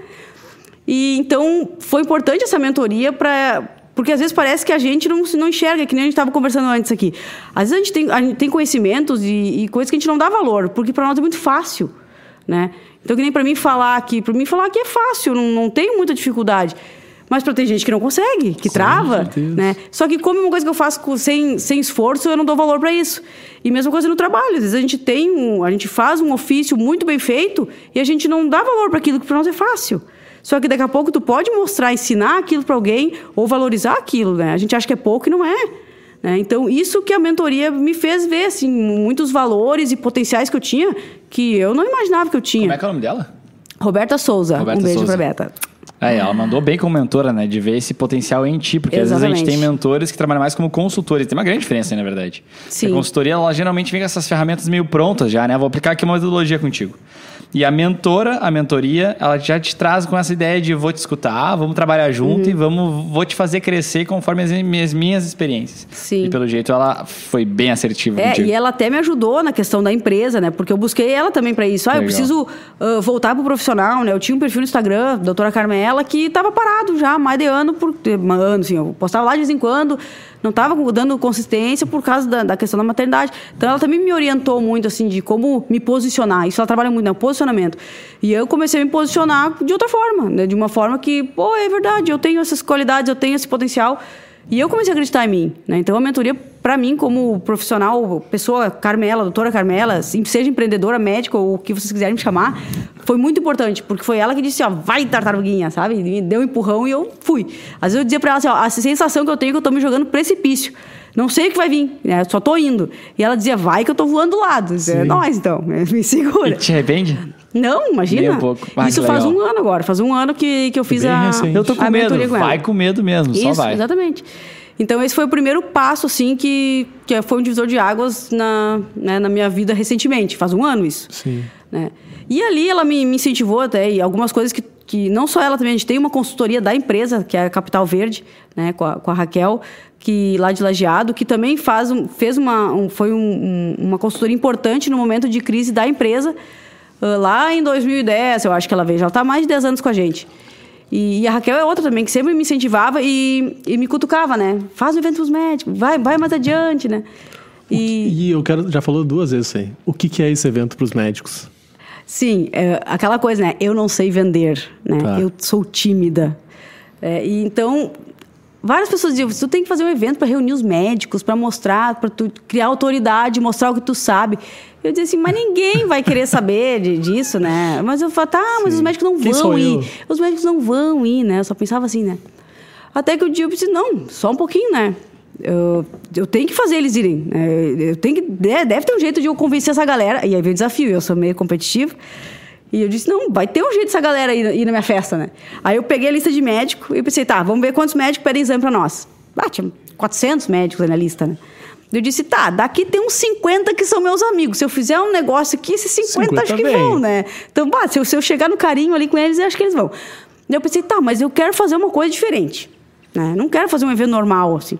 E então foi importante essa mentoria para... Porque às vezes parece que a gente não, não enxerga, que nem a gente estava conversando antes aqui. Às vezes a gente tem, a gente tem conhecimentos e, e coisas que a gente não dá valor, porque para nós é muito fácil, né? Então, que nem para mim falar aqui, para mim falar aqui é fácil, não, não tenho muita dificuldade. Mas para ter gente que não consegue, que Sim, trava, né? Só que como é uma coisa que eu faço com, sem, sem esforço, eu não dou valor para isso. E mesma coisa no trabalho. Às vezes a gente tem um, a gente faz um ofício muito bem feito e a gente não dá valor para aquilo que para nós é fácil. Só que daqui a pouco tu pode mostrar, ensinar aquilo para alguém ou valorizar aquilo, né? A gente acha que é pouco e não é. Né? Então, isso que a mentoria me fez ver, assim, muitos valores e potenciais que eu tinha que eu não imaginava que eu tinha. Como é que é o nome dela? Roberta Souza. Roberta um beijo Souza. pra Beta. É, ela mandou bem como mentora, né? De ver esse potencial em ti. Porque Exatamente. Às vezes a gente tem mentores que trabalham mais como consultores. Tem uma grande diferença, na verdade. Sim. A consultoria, ela geralmente vem com essas ferramentas meio prontas já, né? Vou aplicar aqui uma metodologia contigo. E a mentora, a mentoria, ela já te traz com essa ideia de vou te escutar, vamos trabalhar junto uhum. e vamos, vou te fazer crescer conforme as minhas, minhas experiências. Sim. E pelo jeito ela foi bem assertiva é, contigo. E ela até me ajudou na questão da empresa, né? Porque eu busquei ela também para isso. Ah, Legal. eu preciso uh, voltar pro profissional, né? Eu tinha um perfil no Instagram, doutora Carmela, que estava parado já há mais de ano, por ano, assim, eu postava lá de vez em quando, não estava dando consistência por causa da, da questão da maternidade. Então, ela também me orientou muito, assim, de como me posicionar. Isso ela trabalha muito, né? Posicionamento. E eu comecei a me posicionar de outra forma, né? De uma forma que, pô, é verdade, eu tenho essas qualidades, eu tenho esse potencial. E eu comecei a acreditar em mim, né? Então, a mentoria, para mim, como profissional, pessoa Carmela, doutora Carmela, seja empreendedora, médica ou o que vocês quiserem me chamar, foi muito importante, porque foi ela que disse, ó, vai tartaruguinha, sabe? Me deu um empurrão e eu fui. Às vezes eu dizia pra ela assim, ó, a sensação que eu tenho é que eu tô me jogando no precipício. Não sei o que vai vir, né? Só tô indo. E ela dizia, vai que eu tô voando do lado. É nós, então. Me segura. E te arrepende? Não, imagina. Nem um pouco. Ah, Isso faz um ano agora. Faz um ano que, que eu fiz a, eu tô com a medo. Com vai com medo mesmo, Isso, só vai. Exatamente. Então, esse foi o primeiro passo, assim, que, que foi um divisor de águas na, né, na minha vida recentemente. Faz um ano isso. Sim. Né? E ali ela me, me incentivou até, e algumas coisas que, que... Não só ela também, a gente tem uma consultoria da empresa, que é a Capital Verde, né, com, a, com a Raquel, que, lá de Lajeado, que também faz, um, fez uma, um, foi um, um, uma consultoria importante no momento de crise da empresa. Uh, lá em dois mil e dez, eu acho que ela veio. Já está há mais de dez anos com a gente. E, e a Raquel é outra também, que sempre me incentivava e, e me cutucava, né? Faz um evento para os médicos, vai, vai mais adiante, né? E, que, e eu quero, já falou duas vezes isso aí. O que, que é esse evento para os médicos? Sim, é, aquela coisa, né? Eu não sei vender, né? Tá. Eu sou tímida. É, e então, várias pessoas diziam, tu tem que fazer um evento para reunir os médicos, para mostrar, para tu criar autoridade, mostrar o que tu sabe. Eu dizia assim, mas ninguém vai querer saber de, disso, né? Mas eu falava, tá, mas Sim. os médicos não Quem vão ir. Eu? Os médicos não vão ir, né? Eu só pensava assim, né? Até que o dia eu pensei, não, só um pouquinho, né? Eu, eu tenho que fazer eles irem. Né? Eu tenho que, deve ter um jeito de eu convencer essa galera. E aí veio o desafio, eu sou meio competitiva. E eu disse, não, vai ter um jeito dessa galera ir, ir na minha festa, né? Aí eu peguei a lista de médicos e pensei, tá, vamos ver quantos médicos pedem exame pra nós. Ah, tinha quatrocentos médicos na lista, né? Eu disse, tá, daqui tem uns cinquenta que são meus amigos. Se eu fizer um negócio aqui, esses cinquenta, cinquenta acho que bem. Vão, né? Então, bah, se, eu, se eu chegar no carinho ali com eles, eu acho que eles vão. Daí eu pensei, tá, mas eu quero fazer uma coisa diferente. Né? Não quero fazer um evento normal, assim.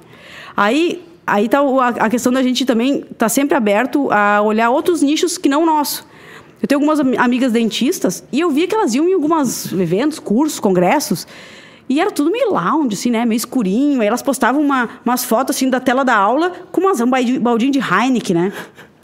Aí, aí tá a, a questão da gente também tá sempre aberto a olhar outros nichos que não o nosso. Eu tenho algumas amigas dentistas e eu via que elas iam em alguns eventos, cursos, congressos, e era tudo meio lounge, assim, né? Meio escurinho. Aí elas postavam uma, umas fotos, assim, da tela da aula com umas, um baldinho de Heineken, né?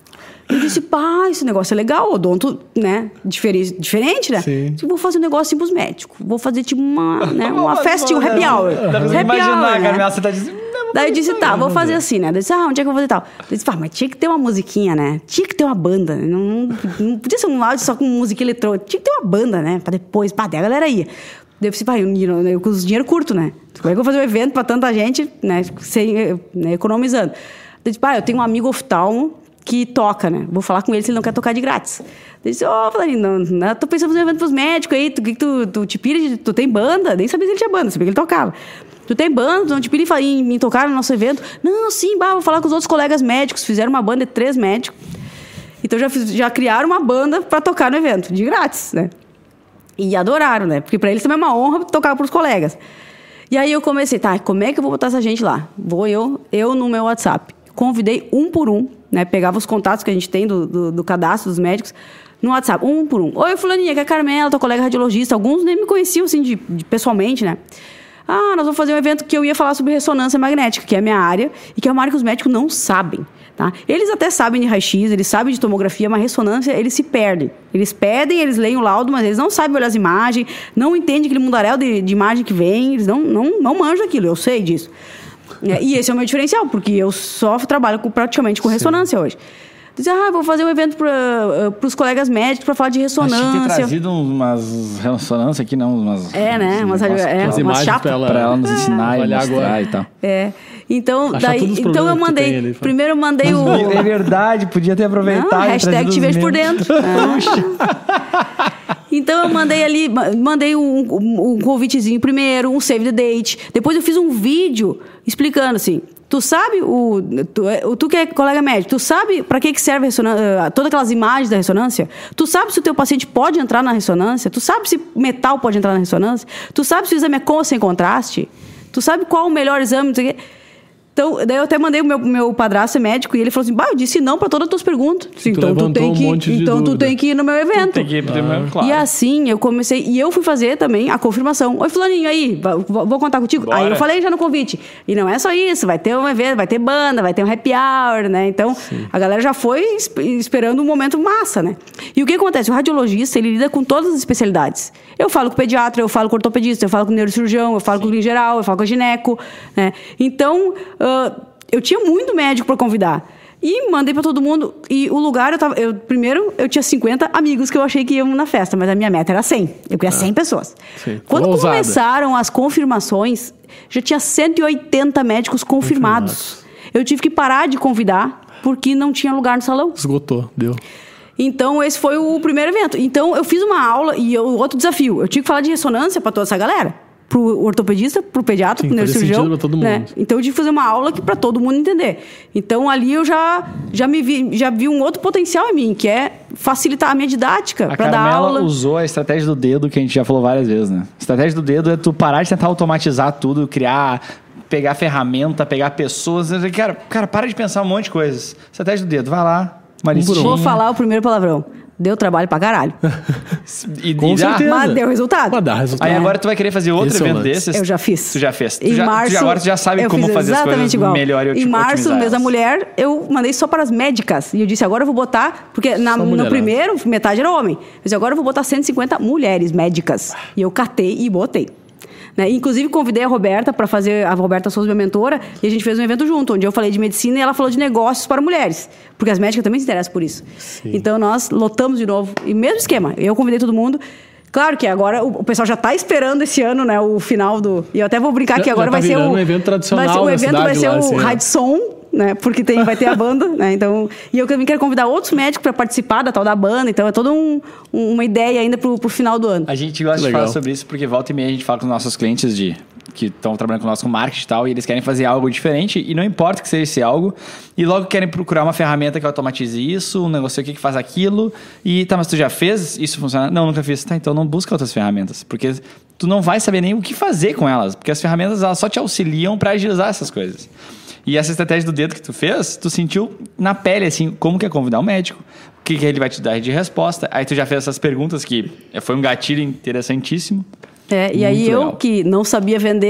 Eu disse, pá, esse negócio é legal, odonto, né? Diferente, diferente né? Sim. Tipo, vou fazer um negócio assim pros médicos. Vou fazer, tipo, uma, né, uma festinha, um happy hour. Dá pra Happy imaginar, hour, cara, né? você tá dizendo... Daí eu disse, tá, vou fazer assim, né? Eu disse, ah, onde é que eu vou fazer tal? Eu disse, pá, mas tinha que ter uma musiquinha, né? Tinha que ter uma banda. Não, não, não podia ser um áudio só com música eletrônica. Tinha que ter uma banda, né? Pra depois, pá, daí a galera ia. Daí eu disse, pá, eu, eu, eu com os dinheiro curto, né? Como é que eu vou fazer um evento pra tanta gente, né? Sem, né, economizando. Eu disse, pá, eu tenho um amigo oftalmo que toca, né? Vou falar com ele se ele não quer tocar de grátis. Eu disse, ó, oh, Flarinho, não, não, tô pensando em fazer um evento pros médicos aí. Tu, que tu, tu te pira, de, tu tem banda? Nem sabia se ele tinha banda, sabia que ele tocava. Tu tem banda, tu não te pira em, em, em tocar no nosso evento? Não, sim, bah, vou falar com os outros colegas médicos. Fizeram uma banda de três médicos. Então já, fiz, já criaram uma banda pra tocar no evento, de grátis, né? E adoraram, né? Porque pra eles também é uma honra tocar pros colegas. E aí eu comecei, tá, como é que eu vou botar essa gente lá? Vou eu, eu no meu WhatsApp. Convidei um por um, né? Pegava os contatos que a gente tem do, do, do cadastro dos médicos no WhatsApp, um por um. Oi, fulaninha, que é a Carmela, tua colega radiologista. Alguns nem me conheciam, assim, de, de, pessoalmente, né? Ah, nós vamos fazer um evento que eu ia falar sobre ressonância magnética, que é a minha área, e que é uma área que os médicos não sabem, tá? Eles até sabem de raio-x, eles sabem de tomografia, mas ressonância, eles se perdem. Eles pedem, eles leem o laudo, mas eles não sabem olhar as imagens, não entendem aquele mundaréu de, de imagem que vem, eles não, não, não manjam aquilo, eu sei disso. É, e esse é o meu diferencial, porque eu só trabalho com, praticamente com ressonância hoje. Diz, ah, vou fazer um evento para uh, os colegas médicos para falar de ressonância. Acho que ter trazido umas ressonâncias aqui, não, umas... É, né? Umas, umas, é, umas, umas chapas. Para ela, pra ela nos ensinar é. e mostrar agora. E tal. É. Então, daí, então eu mandei... Ali, primeiro eu mandei o... É verdade, podia ter aproveitado. Não, hashtag te vejo por dentro. Ah. Então eu mandei ali, mandei um, um, um convitezinho primeiro, um save the date. Depois eu fiz um vídeo explicando assim... Tu sabe, o, tu, tu que é colega médico, tu sabe para que, que serve a todas aquelas imagens da ressonância? Tu sabe se o teu paciente pode entrar na ressonância? Tu sabe se metal pode entrar na ressonância? Tu sabe se o exame é com ou sem contraste? Tu sabe qual o melhor exame? Não sei o quê. Então, daí eu até mandei o meu, meu padrasto médico e ele falou assim, bah, eu disse não para todas as tuas perguntas. Tu então tu tem que, um monte de então tu dúvida. tem que ir no meu evento. Tu tem que ir pro ah. meu, claro. E assim eu comecei, e eu fui fazer também a confirmação. Oi, fulaninho, aí, vou contar contigo. Bora. Aí eu falei já no convite. E não é só isso, vai ter um evento, vai ter banda, vai ter um happy hour, né? Então, sim, a galera já foi esperando um momento massa, né? E o que acontece? O radiologista, ele lida com todas as especialidades. Eu falo com o pediatra, eu falo com o ortopedista, eu falo com o neurocirurgião, eu falo sim. com o clínico geral, eu falo com o gineco, né? Então, uh, eu tinha muito médico para convidar. E mandei para todo mundo. E o lugar, eu tava, eu, primeiro, eu tinha cinquenta amigos que eu achei que iam na festa, mas a minha meta era cem. Eu queria ah, cem pessoas. Sim. Quando Ousada. começaram as confirmações, já tinha cento e oitenta médicos confirmados. confirmados. Eu tive que parar de convidar, porque não tinha lugar no salão. Esgotou, deu. Então, esse foi o primeiro evento. Então, eu fiz uma aula e eu, outro desafio. Eu tinha que falar de ressonância para toda essa galera. Pro ortopedista, pro pediatra, sim, pro neurocirurgião, pra todo mundo. Né? Então eu tive que fazer uma aula para todo mundo entender. Então ali eu já já me vi, já vi um outro potencial em mim, que é facilitar a minha didática para dar aula. A Carmela usou a estratégia do dedo que a gente já falou várias vezes, né? A estratégia do dedo é tu parar de tentar automatizar tudo, criar, pegar ferramenta, pegar pessoas, cara, cara, para de pensar um monte de coisas. Estratégia do dedo, vai lá, uma listinha. Vou falar o primeiro palavrão. Deu trabalho pra caralho. E, Com e certeza. Mas deu resultado. Mas dá resultado. Aí agora tu vai querer fazer outro Esse evento desses? Eu já fiz. Tu já fez. Tu em já, março, tu já, agora tu já sabe como fazer as coisas igual. melhor e Em março, no mês da elas. mulher, eu mandei só para as médicas. E eu disse, agora eu vou botar... Porque na, no primeiro, metade era homem. Mas agora eu vou botar cento e cinquenta mulheres médicas. E eu catei e botei. Né? Inclusive, convidei a Roberta para fazer... A Roberta Souza, minha mentora, e a gente fez um evento junto, onde eu falei de medicina e ela falou de negócios para mulheres. Porque as médicas também se interessam por isso. Sim. Então, nós lotamos de novo. E mesmo esquema. Eu convidei todo mundo. Claro que agora o pessoal já está esperando esse ano, né, o final do... E eu até vou brincar já, que agora tá vai ser o... um evento tradicional vai ser, O evento vai ser lá, o assim, Rádio Som, né? Porque tem, vai ter a banda, né? Então, e eu também quero convidar outros médicos para participar da tal da banda. Então, é toda um, uma ideia ainda pro, pro final do ano. A gente gosta de falar sobre isso porque volta e meia a gente fala com os nossos clientes de... que estão trabalhando com nós com marketing e tal, e eles querem fazer algo diferente, e não importa que seja esse algo, e logo querem procurar uma ferramenta que automatize isso, um negócio aqui que faz aquilo, e tá, mas tu já fez? Isso funciona? Não, nunca fiz. Tá, então não busca outras ferramentas, porque tu não vai saber nem o que fazer com elas, porque as ferramentas elas só te auxiliam para agilizar essas coisas. E essa estratégia do dedo que tu fez, tu sentiu na pele, assim, como que é convidar um médico, o que, que ele vai te dar de resposta, aí tu já fez essas perguntas que foi um gatilho interessantíssimo. É, e aí eu, que não sabia vender,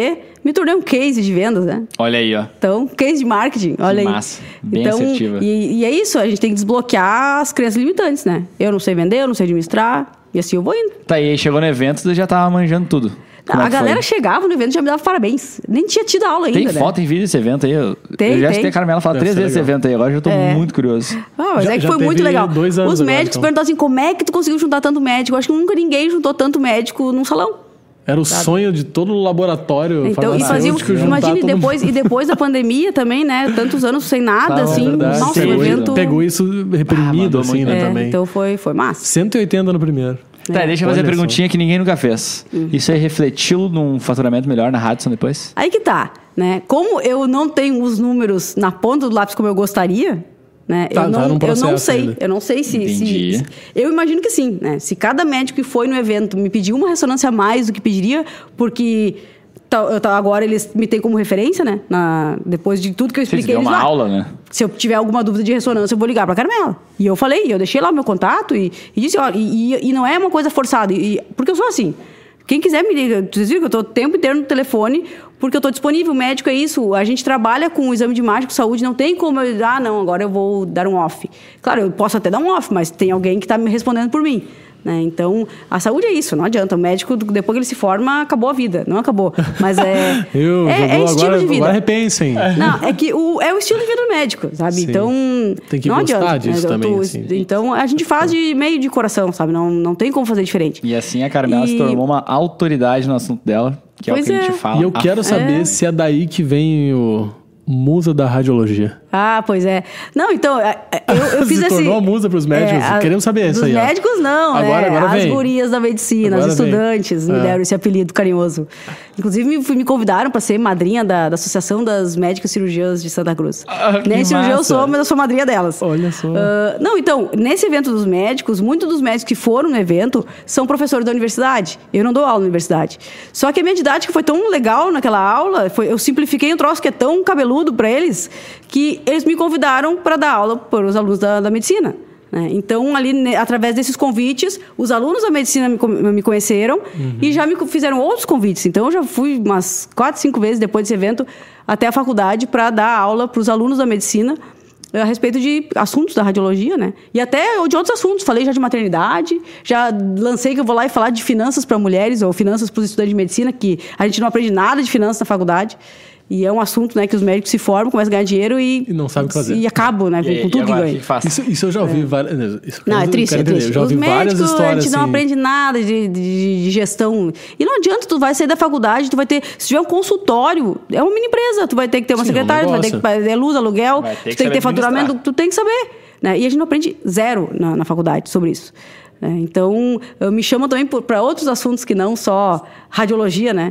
me tornei um case de vendas, né? Olha aí, ó. Então, case de marketing, olha Que aí. massa. Bem então, assertiva. E, e é isso, a gente tem que desbloquear as crenças limitantes, né? Eu não sei vender, eu não sei administrar, e assim eu vou indo. Tá, e aí chegou no evento, tu já tava manjando tudo. Como a é que galera foi? chegava no evento e já me dava parabéns. Nem tinha tido aula ainda, Tem né? foto, tem vídeo desse evento aí? Eu, Tem, eu já tem. escutei a Carmela falar Deve três ser vezes desse legal. evento aí, agora eu já tô É. muito curioso. Ah, mas Já- é que já foi muito teve legal. dois anos Os agora, médicos então. perguntavam assim, como é que tu conseguiu juntar tanto médico? Eu acho que nunca ninguém juntou tanto médico num salão. Era o sonho de todo o laboratório Então, e fazia, farmacêutico juntar imagine, todo depois, mundo. e depois da pandemia também, né? Tantos anos sem nada, Tá, é assim. Verdade, Nossa, o pegou, evento... pegou isso Ah, reprimido, mandou assim, muito né, É, também. então foi, foi massa. cento e oitenta no primeiro. Tá, deixa eu fazer a Olha perguntinha que ninguém nunca fez. Hum. Isso aí refletiu num faturamento melhor na Radisson depois? Aí que tá, né? Como eu não tenho os números na ponta do lápis como eu gostaria, né? Tá, eu, tá não, num eu processo não sei. ainda. Eu não sei se, Entendi. se, se- Eu imagino que sim, né? Se cada médico que foi no evento me pediu uma ressonância a mais do que pediria, porque tá, eu, tá, agora eles me têm como referência, né? Na, depois de tudo que eu Vocês expliquei deu eles uma lá. aula, né? Se eu tiver alguma dúvida de ressonância, eu vou ligar pra Carmela. E eu falei, eu deixei lá o meu contato e, e disse, ó, e, e, e não é uma coisa forçada. E, porque eu sou assim. Quem quiser me liga. Vocês viram que eu tô o tempo inteiro no telefone, porque eu tô disponível. O médico é isso. A gente trabalha com o exame de imagem, com saúde. Não tem como eu dizer, ah, não, agora eu vou dar um off. Claro, eu posso até dar um off, mas tem alguém que tá me respondendo por mim. Né? Então, a saúde é isso, não adianta. O médico, depois que ele se forma, acabou a vida. Não acabou. Mas é, Eu, é, é jogou estilo agora, de vida. agora repensem. Não, é que o, é o estilo de vida do médico, sabe? Sim. Então, Tem que não gostar adianta. disso né? Eu também, assim. Então, a gente faz de meio de coração, sabe? Não, não tem como fazer diferente. E assim a Carmela E- se tornou uma autoridade no assunto dela, que é Pois o que a é. gente fala. E eu quero saber É. se é daí que vem o musa da radiologia. Ah, pois é. Não, então, é, é, eu, eu fiz Se esse... tornou a musa pros médicos? a- Queremos saber isso dos aí, ó. médicos, não, Agora- né? agora As vem. gurias da medicina, Agora os vem. estudantes me É. deram esse apelido carinhoso. Inclusive, me, fui- me convidaram para ser madrinha da, da Associação das Médicas Cirurgiãs de Santa Cruz. Ah, que Nem cirurgiã eu massa. sou, mas eu sou madrinha delas. Olha só. Ah, não, então, nesse evento dos médicos, muitos dos médicos que foram no evento são professores da universidade. Eu não dou aula na universidade. Só que a minha didática foi tão legal naquela aula, foi, eu simplifiquei um troço que é tão cabeludo para eles, que eles me convidaram para dar aula para os alunos da, da medicina. Né? Então, ali, ne- através desses convites, os alunos da medicina me, co- me conheceram e já me co- fizeram outros convites. Então, eu já fui umas quatro, cinco vezes depois desse evento até a faculdade para dar aula para os alunos da medicina a respeito de assuntos da radiologia, né? E até de outros assuntos. Falei já de maternidade, já lancei que eu vou lá e falar de finanças para mulheres ou finanças para os estudantes de medicina, que a gente não aprende nada de finanças na faculdade. E é um assunto, né, que os médicos se formam, começam a ganhar dinheiro e... E não sabem o que fazer. E acabam, né, E, aí, com tudo e que agora, o ganham. que faz? Isso, isso eu já ouvi várias. Isso eu Não, é quero- triste, quero é entender. triste. Eu já Os ouvi várias médicos, histórias a gente não assim. aprende nada de, de- de gestão. E não adianta, tu vai sair da faculdade, tu vai ter... Se tiver um consultório, é uma mini empresa. Tu vai ter que ter uma Sim, é um secretária, tu vai ter que negócio. pagar luz, aluguel, Vai ter tu que tem que saber ter faturamento, administrar. tu tem que saber. Né? E a gente não aprende zero na, na faculdade sobre isso. né? Então, eu me chamo também para outros assuntos que não só radiologia, né?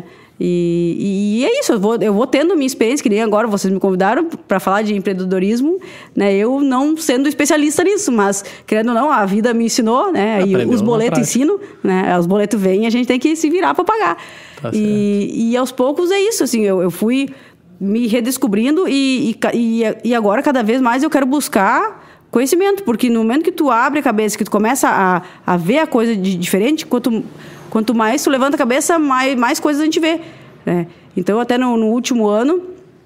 E, e é isso, eu vou, eu vou tendo minha experiência, que nem agora vocês me convidaram para falar de empreendedorismo, né? Eu não sendo especialista nisso, mas, querendo ou não, a vida me ensinou, né? E Aprendeu os na boletos prática. ensinam, né? Os boletos vêm e a gente tem que se virar para pagar. Tá e, e aos poucos é isso, assim, eu, eu fui me redescobrindo e, e, ca- e, e agora, cada vez mais, eu quero buscar conhecimento, porque no momento que tu abre a cabeça, que tu começa a, a ver a coisa de diferente, quanto, quanto mais tu levanta a cabeça, mais, mais coisas a gente vê. Né? Então, até no, no último ano,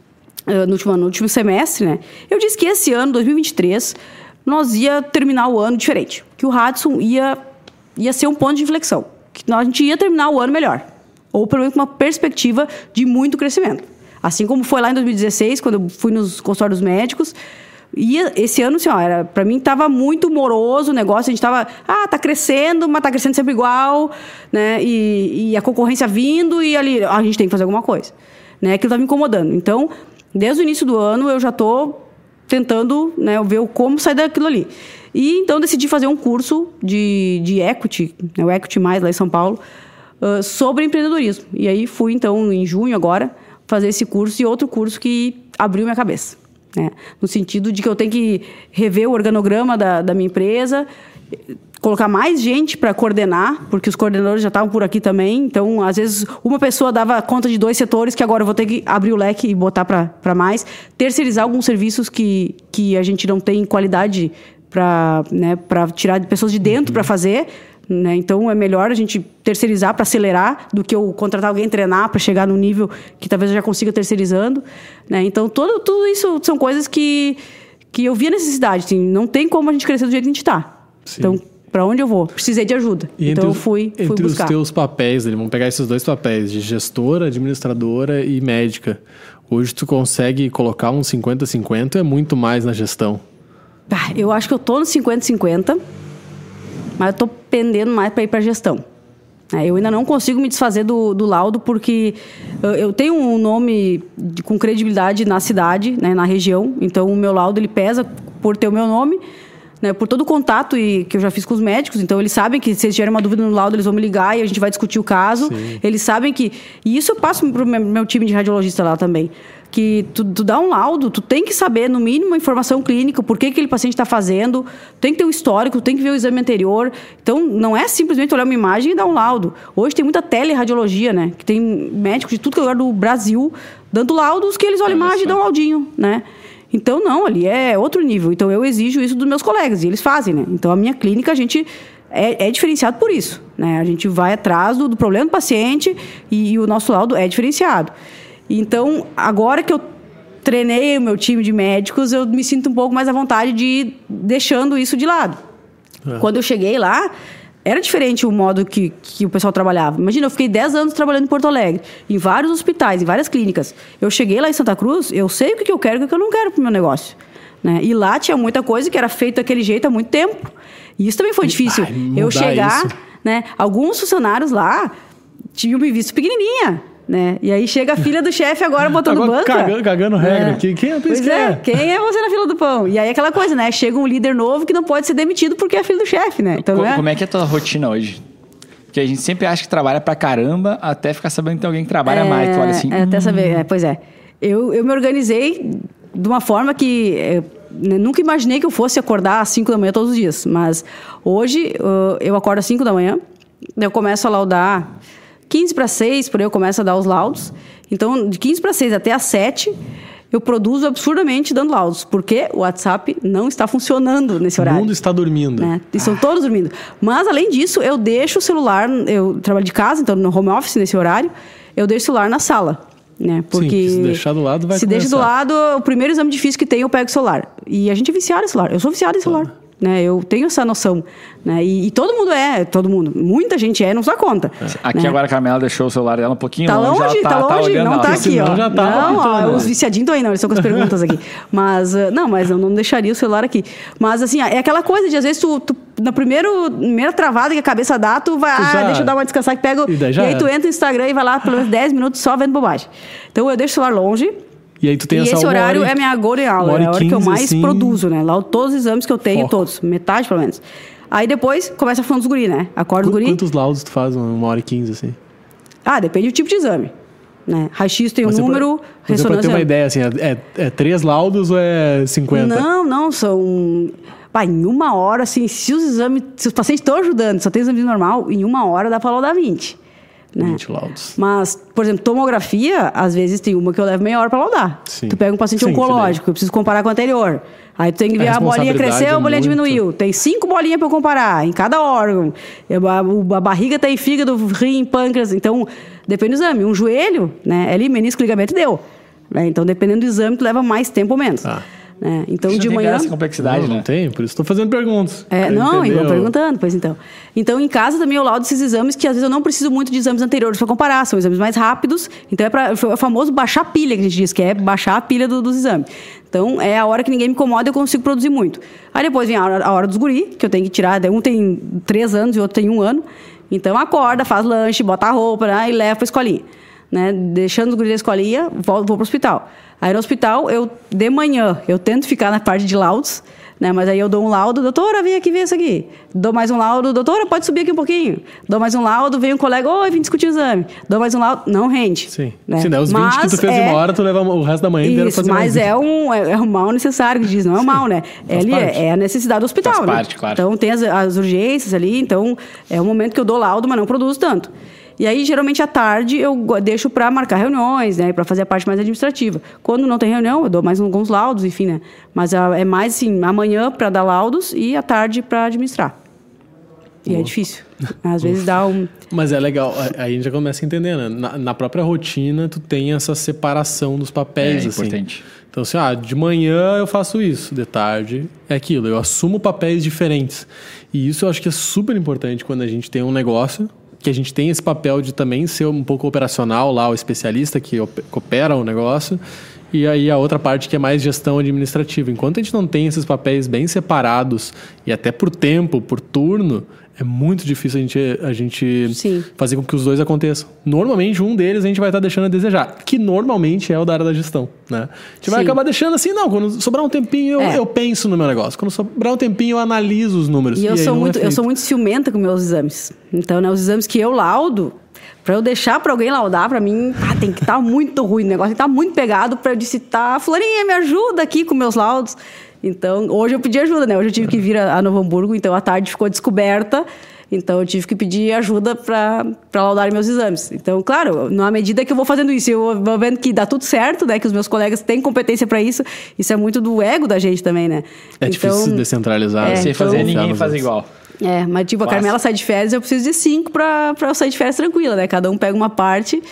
eh, no último, ano, no último semestre, né, eu disse que esse ano, dois mil e vinte e três, nós ia terminar o ano diferente, que o Radisson ia, ia ser um ponto de inflexão, que nós, a gente ia terminar o ano melhor, ou pelo menos com uma perspectiva de muito crescimento. Assim como foi lá em dois mil e dezesseis, quando eu fui nos consultórios médicos. E esse ano, assim, ó, era, pra mim estava muito moroso o negócio. A gente estava, ah, tá crescendo, mas tá crescendo sempre igual, né? E, e a concorrência vindo e ali, ah, a gente tem que fazer alguma coisa. Né? Aquilo tá me incomodando. Então, desde o início do ano, eu já tô tentando, né, ver como sair daquilo ali. E então decidi fazer um curso de, de equity, né, o Equity Mais, lá em São Paulo, uh, sobre empreendedorismo. E aí fui, então, em junho agora, fazer esse curso e outro curso que abriu minha cabeça. Né? No sentido de que eu tenho que rever o organograma da, da minha empresa, colocar mais gente para coordenar, porque os coordenadores já estavam por aqui também. Então, às vezes, uma pessoa dava conta de dois setores que agora eu vou ter que abrir o leque e botar para mais. Terceirizar alguns serviços que, que a gente não tem qualidade para, né, para tirar pessoas de dentro para fazer. né? Então, é melhor a gente terceirizar para acelerar do que eu contratar alguém, treinar para chegar no nível que talvez eu já consiga terceirizando, né? Então, todo, tudo isso são coisas que, que eu vi a necessidade. Assim, não tem como a gente crescer do jeito que a gente está. Então, para onde eu vou? Precisei de ajuda. E então, entre eu os, fui, fui entre buscar. os teus papéis, vamos pegar esses dois papéis, de gestora, administradora e médica. Hoje tu consegue colocar um cinquenta a cinquenta ou é muito mais na gestão? Ah, eu acho que eu tô no cinquenta a cinquenta, mas eu tô pendendo mais para ir para gestão. É, eu ainda não consigo me desfazer do, do laudo, porque eu, eu tenho um nome de, com credibilidade na cidade, né, na região. Então, o meu laudo ele pesa por ter o meu nome, né, por todo o contato e, que eu já fiz com os médicos. Então, eles sabem que se eles tiverem uma dúvida no laudo, eles vão me ligar e a gente vai discutir o caso. Sim. Eles sabem que... E isso eu passo para o meu, meu time de radiologista lá também. Que tu, tu dá um laudo, tu tem que saber, no mínimo, a informação clínica, por que aquele paciente está fazendo, tem que ter um histórico, tem que ver o exame anterior. Então, não é simplesmente olhar uma imagem e dar um laudo. Hoje tem muita teleradiologia, né? Que tem médicos de tudo que é lugar do Brasil dando laudos que eles olham a imagem e dão um laudinho, né? Então, não, ali é outro nível. Então, eu exijo isso dos meus colegas, e eles fazem, né? Então, a minha clínica, a gente é, é diferenciado por isso, né? A gente vai atrás do, do problema do paciente e, e o nosso laudo é diferenciado. Então, agora que eu treinei o meu time de médicos, eu me sinto um pouco mais à vontade de ir deixando isso de lado. É. Quando eu cheguei lá, era diferente o modo que, que o pessoal trabalhava. Imagina, eu fiquei dez anos trabalhando em Porto Alegre, em vários hospitais, em várias clínicas. Eu cheguei lá em Santa Cruz, eu sei o que eu quero e o que eu não quero para o meu negócio. Né? E lá tinha muita coisa que era feita daquele jeito há muito tempo. E isso também foi difícil. Ai, eu chegar, isso. Né? Alguns funcionários lá tinham me visto pequenininha. Né? E aí chega a filha do chefe agora botando agora banca. Cagando, cagando regra. É. Quem, quem é pois é, quem é você na fila do pão? E aí aquela coisa, né? Chega um líder novo que não pode ser demitido porque é filho do chefe, né? Então, como, é... como é que é a tua rotina hoje? Porque a gente sempre acha que trabalha pra caramba até ficar sabendo que tem alguém que trabalha é, mais. Tu olha assim... É, até hum. saber, é, pois é. Eu, eu me organizei de uma forma que... É, nunca imaginei que eu fosse acordar às cinco da manhã todos os dias. Mas hoje uh, eu acordo às cinco da manhã, eu começo a laudar... quinze para seis, por aí eu começo a dar os laudos. Então, de quinze para seis até às sete, eu produzo absurdamente dando laudos, porque o WhatsApp não está funcionando nesse horário. O mundo está dormindo. Né? E estão todos dormindo. Mas, além disso, eu deixo o celular... Eu trabalho de casa, então no home office, nesse horário, eu deixo o celular na sala. Né? Porque sim, se deixar do lado, vai Se começar. deixa do lado, o primeiro exame difícil que tem, eu pego o celular. E a gente é viciado em celular. Eu sou viciado em celular. Ah. Né? Eu tenho essa noção, né? e, e todo mundo é, todo mundo, muita gente é, não se dá conta. É. Aqui né? Agora a Carmela deixou o celular dela um pouquinho tá longe, longe tá, tá longe, tá não tá aqui, ó. Já tá não, ó, os viciadinhos estão aí, não, eles estão com as perguntas aqui. Mas, não, mas eu não deixaria o celular aqui. Mas, assim, é aquela coisa de, às vezes, tu, tu na primeiro, primeira travada que a cabeça dá, tu vai, ah, deixa eu dar uma descansar que pego, e, daí já e aí tu entra no Instagram e vai lá pelo menos dez minutos só vendo bobagem. Então, eu deixo o celular longe. E aí tu tem e essa esse horário hora, é minha golden hour, é a hora que eu mais assim, produzo, né? Lá todos os exames que eu tenho, foco. Todos, metade pelo menos. Aí depois começa a falando dos guri, né? Acorda os guri. Quantos laudos tu faz uma hora e quinze, assim? Ah, depende do tipo de exame. Né? Raio-X tem um número, pra, ressonância... Pra ter uma ideia, assim, é, é três laudos ou é cinquenta? Não, não, são... Bah, em uma hora, assim, se os exames... Se os pacientes estão ajudando, só tem exame normal, em uma hora dá pra laudar vinte. Né? vinte laudos. Mas, por exemplo, tomografia, às vezes tem uma que eu levo meia hora para laudar. Sim. Tu pega um paciente Sim, oncológico, eu preciso comparar com o anterior. Aí tu tem que ver a, a bolinha cresceu, é a bolinha muito... diminuiu. Tem cinco bolinhas para eu comparar em cada órgão. A, a barriga tem fígado, rim, pâncreas. Então, depende do exame. Um joelho, né? É ali, menisco, ligamento, deu. Né? Então, dependendo do exame, tu leva mais tempo ou menos. Ah. Né? Então, de manhã... essa complexidade, não, né? Não tem, por isso estou fazendo perguntas. É, não, eu vou perguntando, pois então. Então, em casa também eu laudo esses exames que às vezes eu não preciso muito de exames anteriores para comparar, são exames mais rápidos. Então, é, pra, é o famoso baixar a pilha, que a gente diz, que é baixar a pilha do, dos exames. Então, é a hora que ninguém me incomoda e eu consigo produzir muito. Aí depois vem a hora, a hora dos guri, que eu tenho que tirar, um tem três anos e o outro tem um ano. Então, acorda, faz lanche, bota a roupa, né, e leva para a escolinha. Né? Deixando os guris da escolinha, vou, vou para o hospital. Aí no hospital, eu, de manhã, eu tento ficar na parte de laudos, né? Mas aí eu dou um laudo, doutora, vem aqui ver isso aqui. Dou mais um laudo, doutora, pode subir aqui um pouquinho. Dou mais um laudo, vem um colega, oi, vim discutir o exame. Dou mais um laudo, não rende. Sim, né? Sim, né? Os vinte mas que tu fez é... em uma hora, tu leva o resto da manhã inteira Isso, fazendo mas é um, é, é um mal necessário que diz, não é um mal, né? É, ali, é, é a necessidade do hospital, faz né? parte, claro. Então tem as, as urgências ali, então é um momento que eu dou laudo, mas não produzo tanto. E aí, geralmente, à tarde, eu deixo para marcar reuniões, né? Para fazer a parte mais administrativa. Quando não tem reunião, eu dou mais alguns laudos, enfim, né? Mas é mais, assim, amanhã para dar laudos e à tarde para administrar. E é difícil. Às vezes dá um... Mas é legal, aí a gente já começa a entender, né? Na, na própria rotina, tu tem essa separação dos papéis, É assim. importante. Então, assim, ah, de manhã eu faço isso, de tarde é aquilo. Eu assumo papéis diferentes. E isso eu acho que é super importante quando a gente tem um negócio, que a gente tem esse papel de também ser um pouco operacional lá, o especialista que op- opera o negócio, e aí a outra parte que é mais gestão administrativa. Enquanto a gente não tem esses papéis bem separados, e até por tempo, por turno, é muito difícil a gente, a gente Sim. fazer com que os dois aconteçam. Normalmente, um deles a gente vai estar deixando a desejar, que normalmente é o da área da gestão, né? A gente vai Sim. acabar deixando assim, não, quando sobrar um tempinho eu, É. eu penso no meu negócio. Quando sobrar um tempinho eu analiso os números. E eu aí sou, não é muito, eu feito. sou muito ciumenta com meus exames. Então, né, os exames que eu laudo, pra eu deixar pra alguém laudar, pra mim, ah, tem que estar muito ruim o negócio, tem que estar muito pegado pra eu disse, tá, Florinha, me ajuda aqui com meus laudos. Então, hoje eu pedi ajuda, né? Hoje eu tive que vir a, a Novo Hamburgo, então a tarde ficou descoberta. Então, eu tive que pedir ajuda para laudar meus exames. Então, claro, na medida que eu vou fazendo isso, eu vou vendo que dá tudo certo, né? Que os meus colegas têm competência para isso. Isso é muito do ego da gente também, né? É então, difícil descentralizar. é, né? Sem fazer, então- ninguém faz igual. É, mas tipo, a Fácil. Carmela sai de férias, eu preciso de cinco para eu sair de férias tranquila, né? Cada um pega uma parte,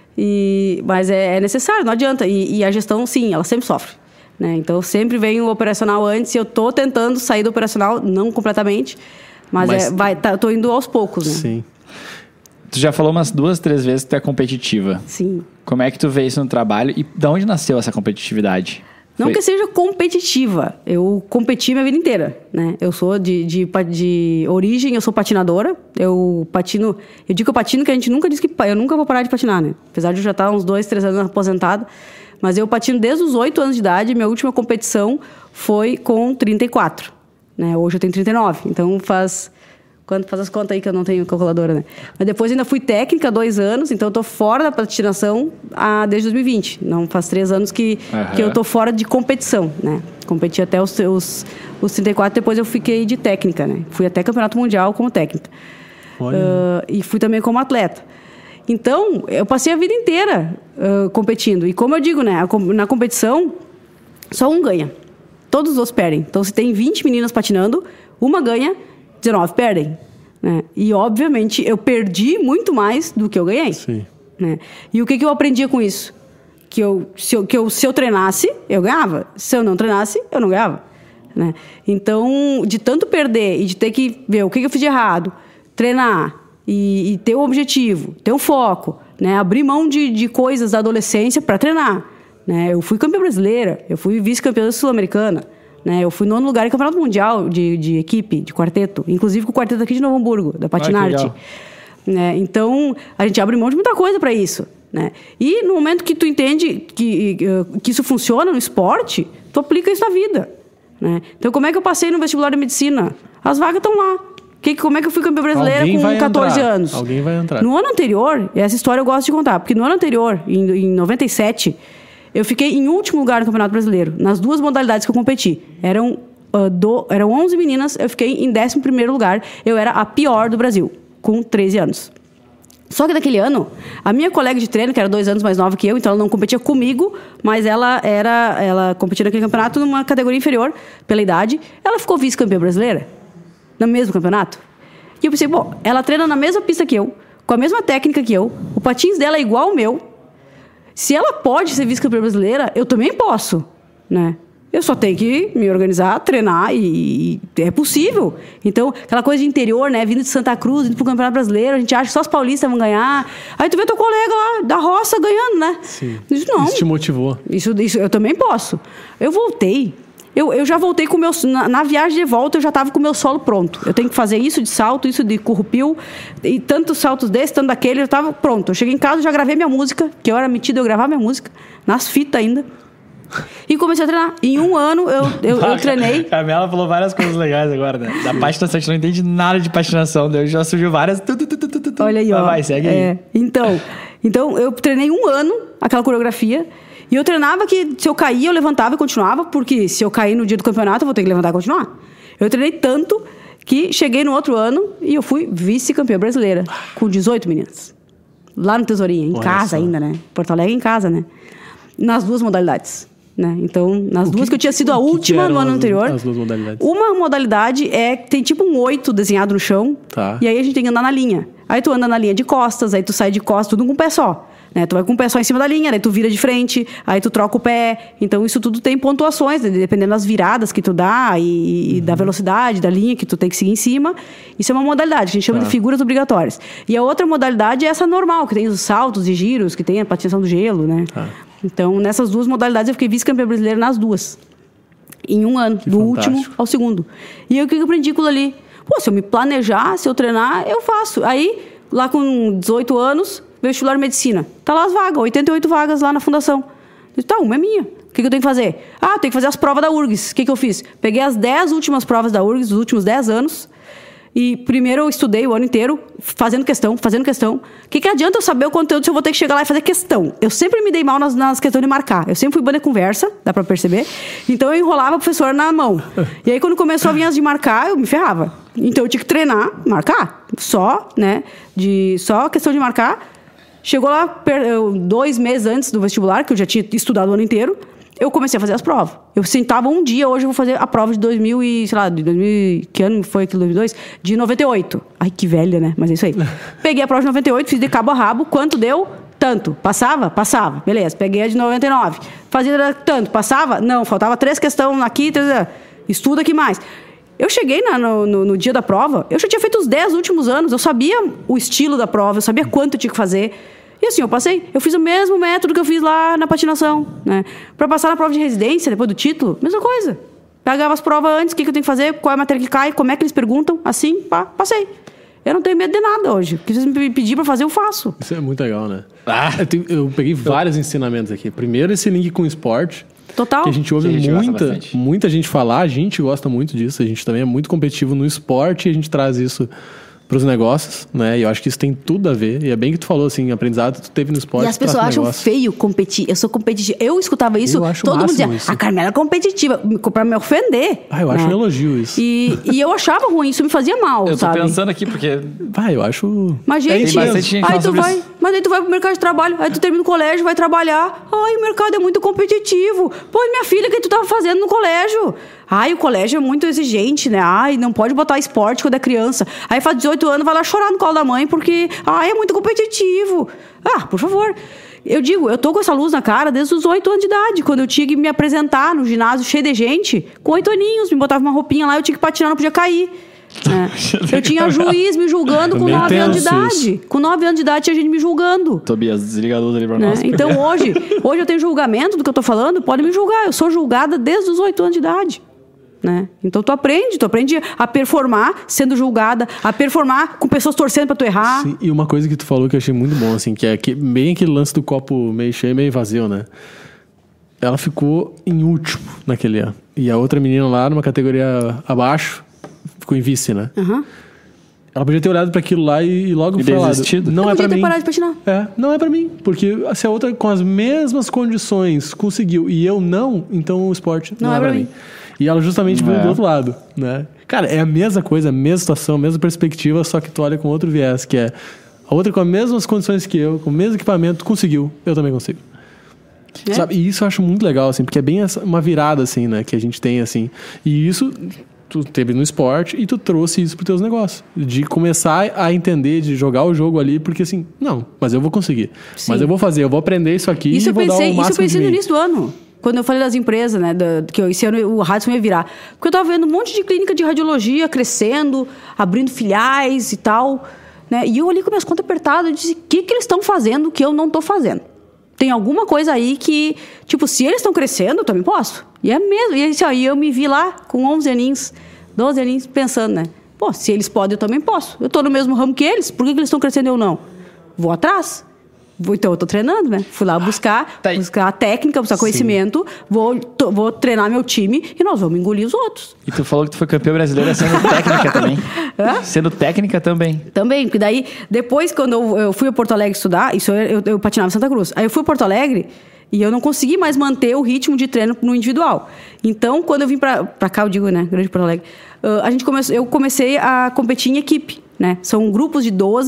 e, mas é, é necessário, não adianta. E, e a gestão, sim, ela sempre sofre. Né? Então, sempre vem o operacional antes, e eu tô tentando sair do operacional, não completamente, mas, Mas- é, vai, tá, eu tô indo aos poucos, né? Sim. Tu já falou umas duas, três vezes que tu é competitiva. Sim. Como é que tu vê isso no trabalho e de onde nasceu essa competitividade? Não Foi- que seja competitiva, eu competi minha vida inteira, né? Eu sou de, de, pa- de origem, eu sou patinadora, eu patino, eu digo que eu patino que a gente nunca diz que, pa- eu nunca vou parar de patinar, né? Apesar de eu já estar uns dois, três anos aposentada, mas eu patino desde os oito anos de idade, minha última competição foi com trinta e quatro, né? Hoje eu tenho trinta e nove, então faz... Quando faz as contas aí que eu não tenho calculadora, né? Mas depois ainda fui técnica dois anos, então eu tô fora da patinação ah, desde dois mil e vinte. Não faz três anos que, Aham. que eu tô fora de competição, né? Competi até os, os, os trinta e quatro, depois eu fiquei de técnica, né? Fui até campeonato mundial como técnica. Olha. Ah, e fui também como atleta. Então, eu passei a vida inteira ah, competindo. E como eu digo, né? a com- Na competição, só um ganha. Todos os outros perdem. Então, se tem vinte meninas patinando, uma ganha, dezenove perdem. Né? E, obviamente, eu perdi muito mais do que eu ganhei. Sim. Né? E o que, que eu aprendia com isso? Que, eu, se, eu, que eu, se eu treinasse, eu ganhava. Se eu não treinasse, eu não ganhava. Né? Então, de tanto perder e de ter que ver o que, que eu fiz de errado, treinar e, e ter um objetivo, ter um foco, né? Abrir mão de, de coisas da adolescência para treinar. Né? Eu fui campeã brasileira, eu fui vice-campeã sul-americana. Né? Eu fui nono lugar em campeonato mundial de, de equipe, de quarteto. Inclusive com o quarteto aqui de Novo Hamburgo, da Patinarte. legal. Né? Então, a gente abre mão de muita coisa para isso. Né? E no momento que tu entende que, que isso funciona no esporte, tu aplica isso na vida. Né? Então, como é que eu passei no vestibular de medicina? As vagas estão lá. Que, como é que eu fui campeã brasileira Alguém com vai catorze entrar. anos? Alguém vai entrar. No ano anterior, e essa história eu gosto de contar, porque no ano anterior, em, em noventa e sete, eu fiquei em último lugar no Campeonato Brasileiro, nas duas modalidades que eu competi. Eram, uh, do, eram onze meninas, eu fiquei em décimo primeiro lugar. Eu era a pior do Brasil, com treze anos. Só que naquele ano, a minha colega de treino, que era dois anos mais nova que eu, então ela não competia comigo, mas ela era, ela competia naquele campeonato numa categoria inferior pela idade. Ela ficou vice-campeã brasileira, no mesmo campeonato. E eu pensei, bom, ela treina na mesma pista que eu, com a mesma técnica que eu, o patins dela é igual ao meu. Se ela pode ser vice-campeã brasileira, eu também posso, né? Eu só tenho que me organizar, treinar e, e é possível. Então, aquela coisa de interior, né? Vindo de Santa Cruz, indo pro Campeonato Brasileiro, a gente acha que só os paulistas vão ganhar. Aí tu vê teu colega lá, da roça, ganhando, né? Sim. Isso não. Isso te motivou. Isso, isso eu também posso. Eu voltei. Eu, eu já voltei com o meu... Na, na viagem de volta, eu já estava com o meu solo pronto. Eu tenho que fazer isso de salto, isso de currupil, e tantos saltos desse, tanto daquele, eu estava pronto. Eu cheguei em casa, já gravei minha música, que eu era metida, eu gravava minha música, nas fitas ainda. E comecei a treinar. Em um ano, eu, eu, eu treinei. Carmela falou várias coisas legais agora, né? Da patinação, a gente não entende nada de patinação. Daí já surgiu várias... Tu, tu, tu, tu, tu, tu. Olha aí, Mas ó. vai, segue É, aí. então, então, eu treinei um ano aquela coreografia. E eu treinava que se eu caía, eu levantava e continuava. Porque se eu cair no dia do campeonato, eu vou ter que levantar e continuar. Eu treinei tanto que cheguei no outro ano e eu fui vice-campeã brasileira. Com dezoito meninas. Lá no Tesourinha, em Olha casa só. ainda, né? Porto Alegre em casa, né? Nas duas modalidades. né? Então, nas O duas que- que eu tinha sido a o que que última eram no ano as- anterior. as duas modalidades? Uma modalidade é que tem tipo um oito desenhado no chão. Tá. E aí a gente tem que andar na linha. Aí tu anda na linha de costas, aí tu sai de costas, tudo com um pé só. Né? Tu vai com o pé só em cima da linha, aí tu vira de frente, aí tu troca o pé. Então, isso tudo tem pontuações, né? Dependendo das viradas que tu dá e, e da velocidade da linha que tu tem que seguir em cima. Isso é uma modalidade, que a gente chama Tá. de figuras obrigatórias. E a outra modalidade é essa normal, que tem os saltos e giros, que tem a patinação do gelo, né? Tá. Então, nessas duas modalidades, eu fiquei vice-campeã brasileira nas duas. Em um ano, Que do fantástico. último ao segundo. E aí, o que eu aprendi com aquilo ali? Pô, se eu me planejar, se eu treinar, eu faço. Aí, lá com dezoito anos, vestibular de medicina. Tá lá as vagas, oitenta e oito vagas lá na fundação. Eu disse, tá, uma é minha. O que, que eu tenho que fazer? Ah, eu tenho que fazer as provas da U R G S. O que, que eu fiz? Peguei as dez últimas provas da U R G S, dos últimos dez anos. E primeiro eu estudei o ano inteiro, fazendo questão, fazendo questão. O que, que adianta eu saber o conteúdo se eu vou ter que chegar lá e fazer questão? Eu sempre me dei mal nas, nas questões de marcar. Eu sempre fui boa de conversa, dá pra perceber. Então eu enrolava a professora na mão. E aí quando começou a vir as de marcar, eu me ferrava. Então eu tinha que treinar, marcar. Só, né? De, só questão de marcar. Chegou lá per- eu, dois meses antes do vestibular, que eu já tinha estudado o ano inteiro. Eu comecei a fazer as provas. Eu sentava um dia, hoje eu vou fazer a prova de dois mil e, sei lá, de dois mil, que ano foi aquilo, dois mil e dois? De noventa e oito. Ai, que velha, né? Mas é isso aí. Peguei a prova de noventa e oito, fiz de cabo a rabo. Quanto deu? Tanto. Passava? Passava. Beleza. Peguei a de noventa e nove. Fazia tanto. Passava? Não. Faltava três questões aqui, três... Estuda aqui mais. Eu cheguei na, no, no, no dia da prova, eu já tinha feito os dez últimos anos, eu sabia o estilo da prova, eu sabia quanto eu tinha que fazer. E assim, eu passei. Eu fiz o mesmo método que eu fiz lá na patinação, né? Pra passar na prova de residência, depois do título, mesma coisa. Pegava as provas antes, o que, que eu tenho que fazer, qual é a matéria que cai, como é que eles perguntam, assim, pá, passei. Eu não tenho medo de nada hoje. O que vocês me pedirem pra fazer, eu faço. Isso é muito legal, né? Ah. Eu, tenho- eu peguei vários ensinamentos aqui. Primeiro, esse link com o esporte. Total. Que a gente ouve Que a gente gosta muita, bastante. muita gente falar, a gente gosta muito disso, a gente também é muito competitivo no esporte e a gente traz isso para os negócios, né? E eu acho que isso tem tudo a ver. E é bem que tu falou assim, aprendizado tu teve no esporte. E as traz pessoas pro acham negócio. feio competir. Eu sou competitiva. Eu escutava isso, Eu acho todo mundo máximo dizia, isso. a Carmela é competitiva, pra me ofender. Ah, eu acho né? um elogio isso. E, e eu achava ruim, isso me fazia mal, Eu tô sabe? pensando aqui, porque Vai, eu acho. Mas, é gente, isso mesmo. bastante gente aí fala tu sobre vai, isso. mas aí tu vai pro mercado de trabalho, aí tu termina o colégio, vai trabalhar. Ai, o mercado é muito competitivo. Pô, minha filha, o que tu tava fazendo no colégio? Ai, o colégio é muito exigente, né? Ai, não pode botar esporte quando é criança. Aí faz dezoito anos, vai lá chorar no colo da mãe porque, ai, é muito competitivo. Ah, por favor. Eu digo, eu tô com essa luz na cara desde os oito anos de idade, quando eu tinha que me apresentar no ginásio cheio de gente, com oito aninhos, me botava uma roupinha lá, eu tinha que patinar, não podia cair. né? Eu tinha juiz me julgando com Meio nove anos de tenso idade. Com nove anos de idade tinha gente me julgando. Tobias, desliga a luz ali pra né? nós. Então hoje, hoje eu tenho julgamento do que eu tô falando, pode me julgar. Eu sou julgada desde os oito anos de idade. Né? Então tu aprende, tu aprende a performar sendo julgada, a performar com pessoas torcendo pra tu errar. Sim, e uma coisa que tu falou que eu achei muito bom, assim, que é que, bem aquele lance do copo meio cheio, meio vazio, né? Ela ficou em último naquele ano. E a outra menina lá, numa categoria abaixo, ficou em vice, né? Uhum. Ela podia ter olhado para aquilo lá e, e logo E falado, desistido. não Eu é podia para ter mim. parado de patinar. É, não é para mim, porque se a outra com as mesmas condições conseguiu e eu não, então o esporte não, é, para mim. E ela justamente veio É. do outro lado, né? Cara, é a mesma coisa, a mesma situação, a mesma perspectiva, só que tu olha com outro viés, que é a outra com as mesmas condições que eu, com o mesmo equipamento, conseguiu, eu também consigo. É. Sabe? E isso eu acho muito legal, assim, porque é bem essa, uma virada, assim, né, que a gente tem, assim. E isso tu teve no esporte e tu trouxe isso pros teus negócios. De começar a entender, de jogar o jogo ali, porque assim, não, mas eu vou conseguir. Sim. Mas eu vou fazer, eu vou aprender isso aqui Isso e eu vou pensei, dar o isso eu máximo pensei de no mim. início do ano. Quando eu falei das empresas, né? Da, que eu, esse ano o Radisson ia virar. Porque eu tava vendo um monte de clínica de radiologia crescendo, abrindo filiais e tal. Né? E eu olhei com minhas contas apertadas e disse: o que, que eles estão fazendo que eu não tô fazendo? Tem alguma coisa aí que, tipo, se eles estão crescendo, eu também posso. E é mesmo. E assim, ó, e eu me vi lá com onze aninhos, doze aninhos, pensando, né? Pô, se eles podem, eu também posso. Eu tô no mesmo ramo que eles, por que, que eles estão crescendo e eu não? Vou atrás. Vou, então, eu tô treinando, né? Fui lá buscar, Tá aí. buscar a técnica, buscar Sim. conhecimento, vou, tô- vou treinar meu time e nós vamos engolir os outros. E tu falou que tu foi campeã brasileira sendo técnica também. Hã? Sendo técnica também. Também, porque daí, depois, quando eu, eu fui a Porto Alegre estudar, isso eu, eu, eu patinava em Santa Cruz. Aí eu fui a Porto Alegre e eu não consegui mais manter o ritmo de treino no individual. Então, quando eu vim pra, pra cá, eu digo, né, Grande Porto Alegre, uh, a gente come, eu comecei a competir em equipe, né? São grupos de doze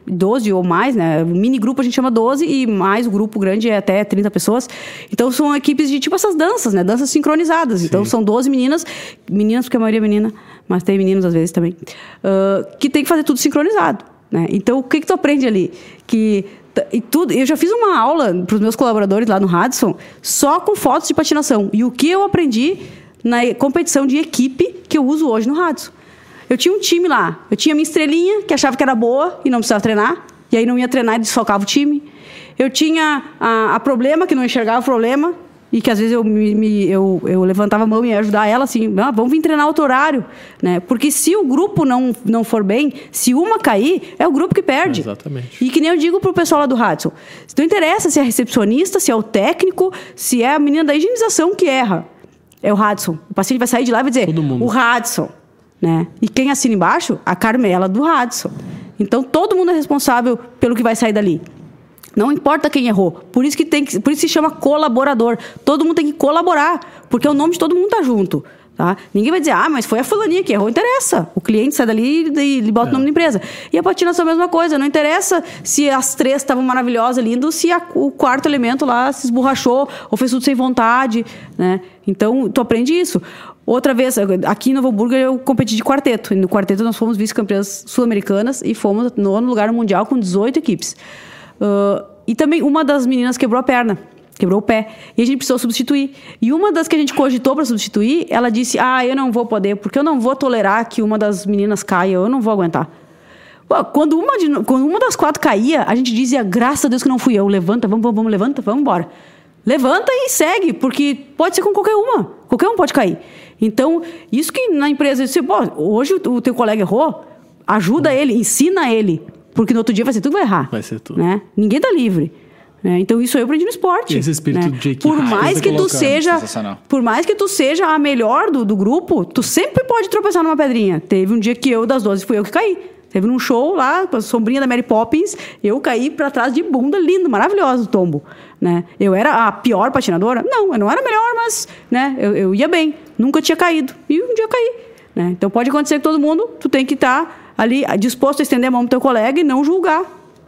doze ou mais, né? O mini grupo a gente chama doze e mais o grupo grande é até trinta pessoas. Então são equipes de tipo essas danças, né? Danças sincronizadas. Sim. Então são doze meninas, meninas porque a maioria é menina, mas tem meninos às vezes também, uh, que tem que fazer tudo sincronizado, né? Então o que que tu aprende ali? Que e tudo, eu já fiz uma aula para os meus colaboradores lá no Radisson só com fotos de patinação. E o que eu aprendi na competição de equipe que eu uso hoje no Radisson. Eu tinha um time lá. Eu tinha minha estrelinha, que achava que era boa e não precisava treinar. E aí não ia treinar e desfalcava o time. Eu tinha a, a problema, que não enxergava o problema. E que às vezes eu, me, me, eu, eu levantava a mão e ia ajudar ela assim. Ah, vamos vir treinar outro horário. Né? Porque se o grupo não, não for bem, se uma cair, é o grupo que perde. Exatamente. E que nem eu digo pro pessoal lá do Radisson. Não interessa se é recepcionista, se é o técnico, se é a menina da higienização que erra. É o Radisson. O paciente vai sair de lá e vai dizer, o Radisson. Né? E quem assina embaixo? A Carmela do Radisson. Então, todo mundo é responsável pelo que vai sair dali. Não importa quem errou. Por isso que, tem que, por isso se chama colaborador. Todo mundo tem que colaborar, porque o nome de todo mundo tá junto. Tá? Ninguém vai dizer, ah, mas foi a fulaninha que errou. Interessa. O cliente sai dali e, e bota é. o nome da empresa. E a patinação é a mesma coisa. Não interessa se as três estavam maravilhosas, lindas, se a, o quarto elemento lá se esborrachou ou fez tudo sem vontade. Né? Então, tu aprende isso. Outra vez, aqui em Novo Hamburgo eu competi de quarteto. E no quarteto nós fomos vice-campeãs sul-americanas e fomos no nono lugar no mundial com dezoito equipes. Uh, e também uma das meninas quebrou a perna, quebrou o pé. E a gente precisou substituir. E uma das que a gente cogitou para substituir, ela disse, ah, eu não vou poder, porque eu não vou tolerar que uma das meninas caia, eu não vou aguentar. Pô, quando, uma de, quando uma das quatro caía, a gente dizia, graças a Deus que não fui eu. Levanta, vamos, vamos, vamos levanta, vamos embora. Levanta e segue, porque pode ser com qualquer uma. Qualquer um pode cair. Então, isso que na empresa... Disse, pô, hoje o teu colega errou, ajuda ele, ensina ele. Porque no outro dia vai ser tudo que vai errar. Vai ser tudo. Né? Ninguém tá livre. Né? Então, isso eu aprendi no esporte. E esse espírito né? de equipe. Por mais que tu seja... Por mais que tu seja a melhor do, do grupo, tu sempre pode tropeçar numa pedrinha. Teve um dia que eu, das doze, fui eu que caí. Teve num show lá, com a sombrinha da Mary Poppins, eu caí pra trás de bunda, lindo, maravilhoso o tombo. Né? Eu era a pior patinadora? Não, eu não era a melhor, mas né, eu, eu ia bem. Nunca tinha caído. E um dia eu caí. Né? Então pode acontecer com todo mundo, tu tem que estar tá ali disposto a estender a mão pro teu colega e não julgar.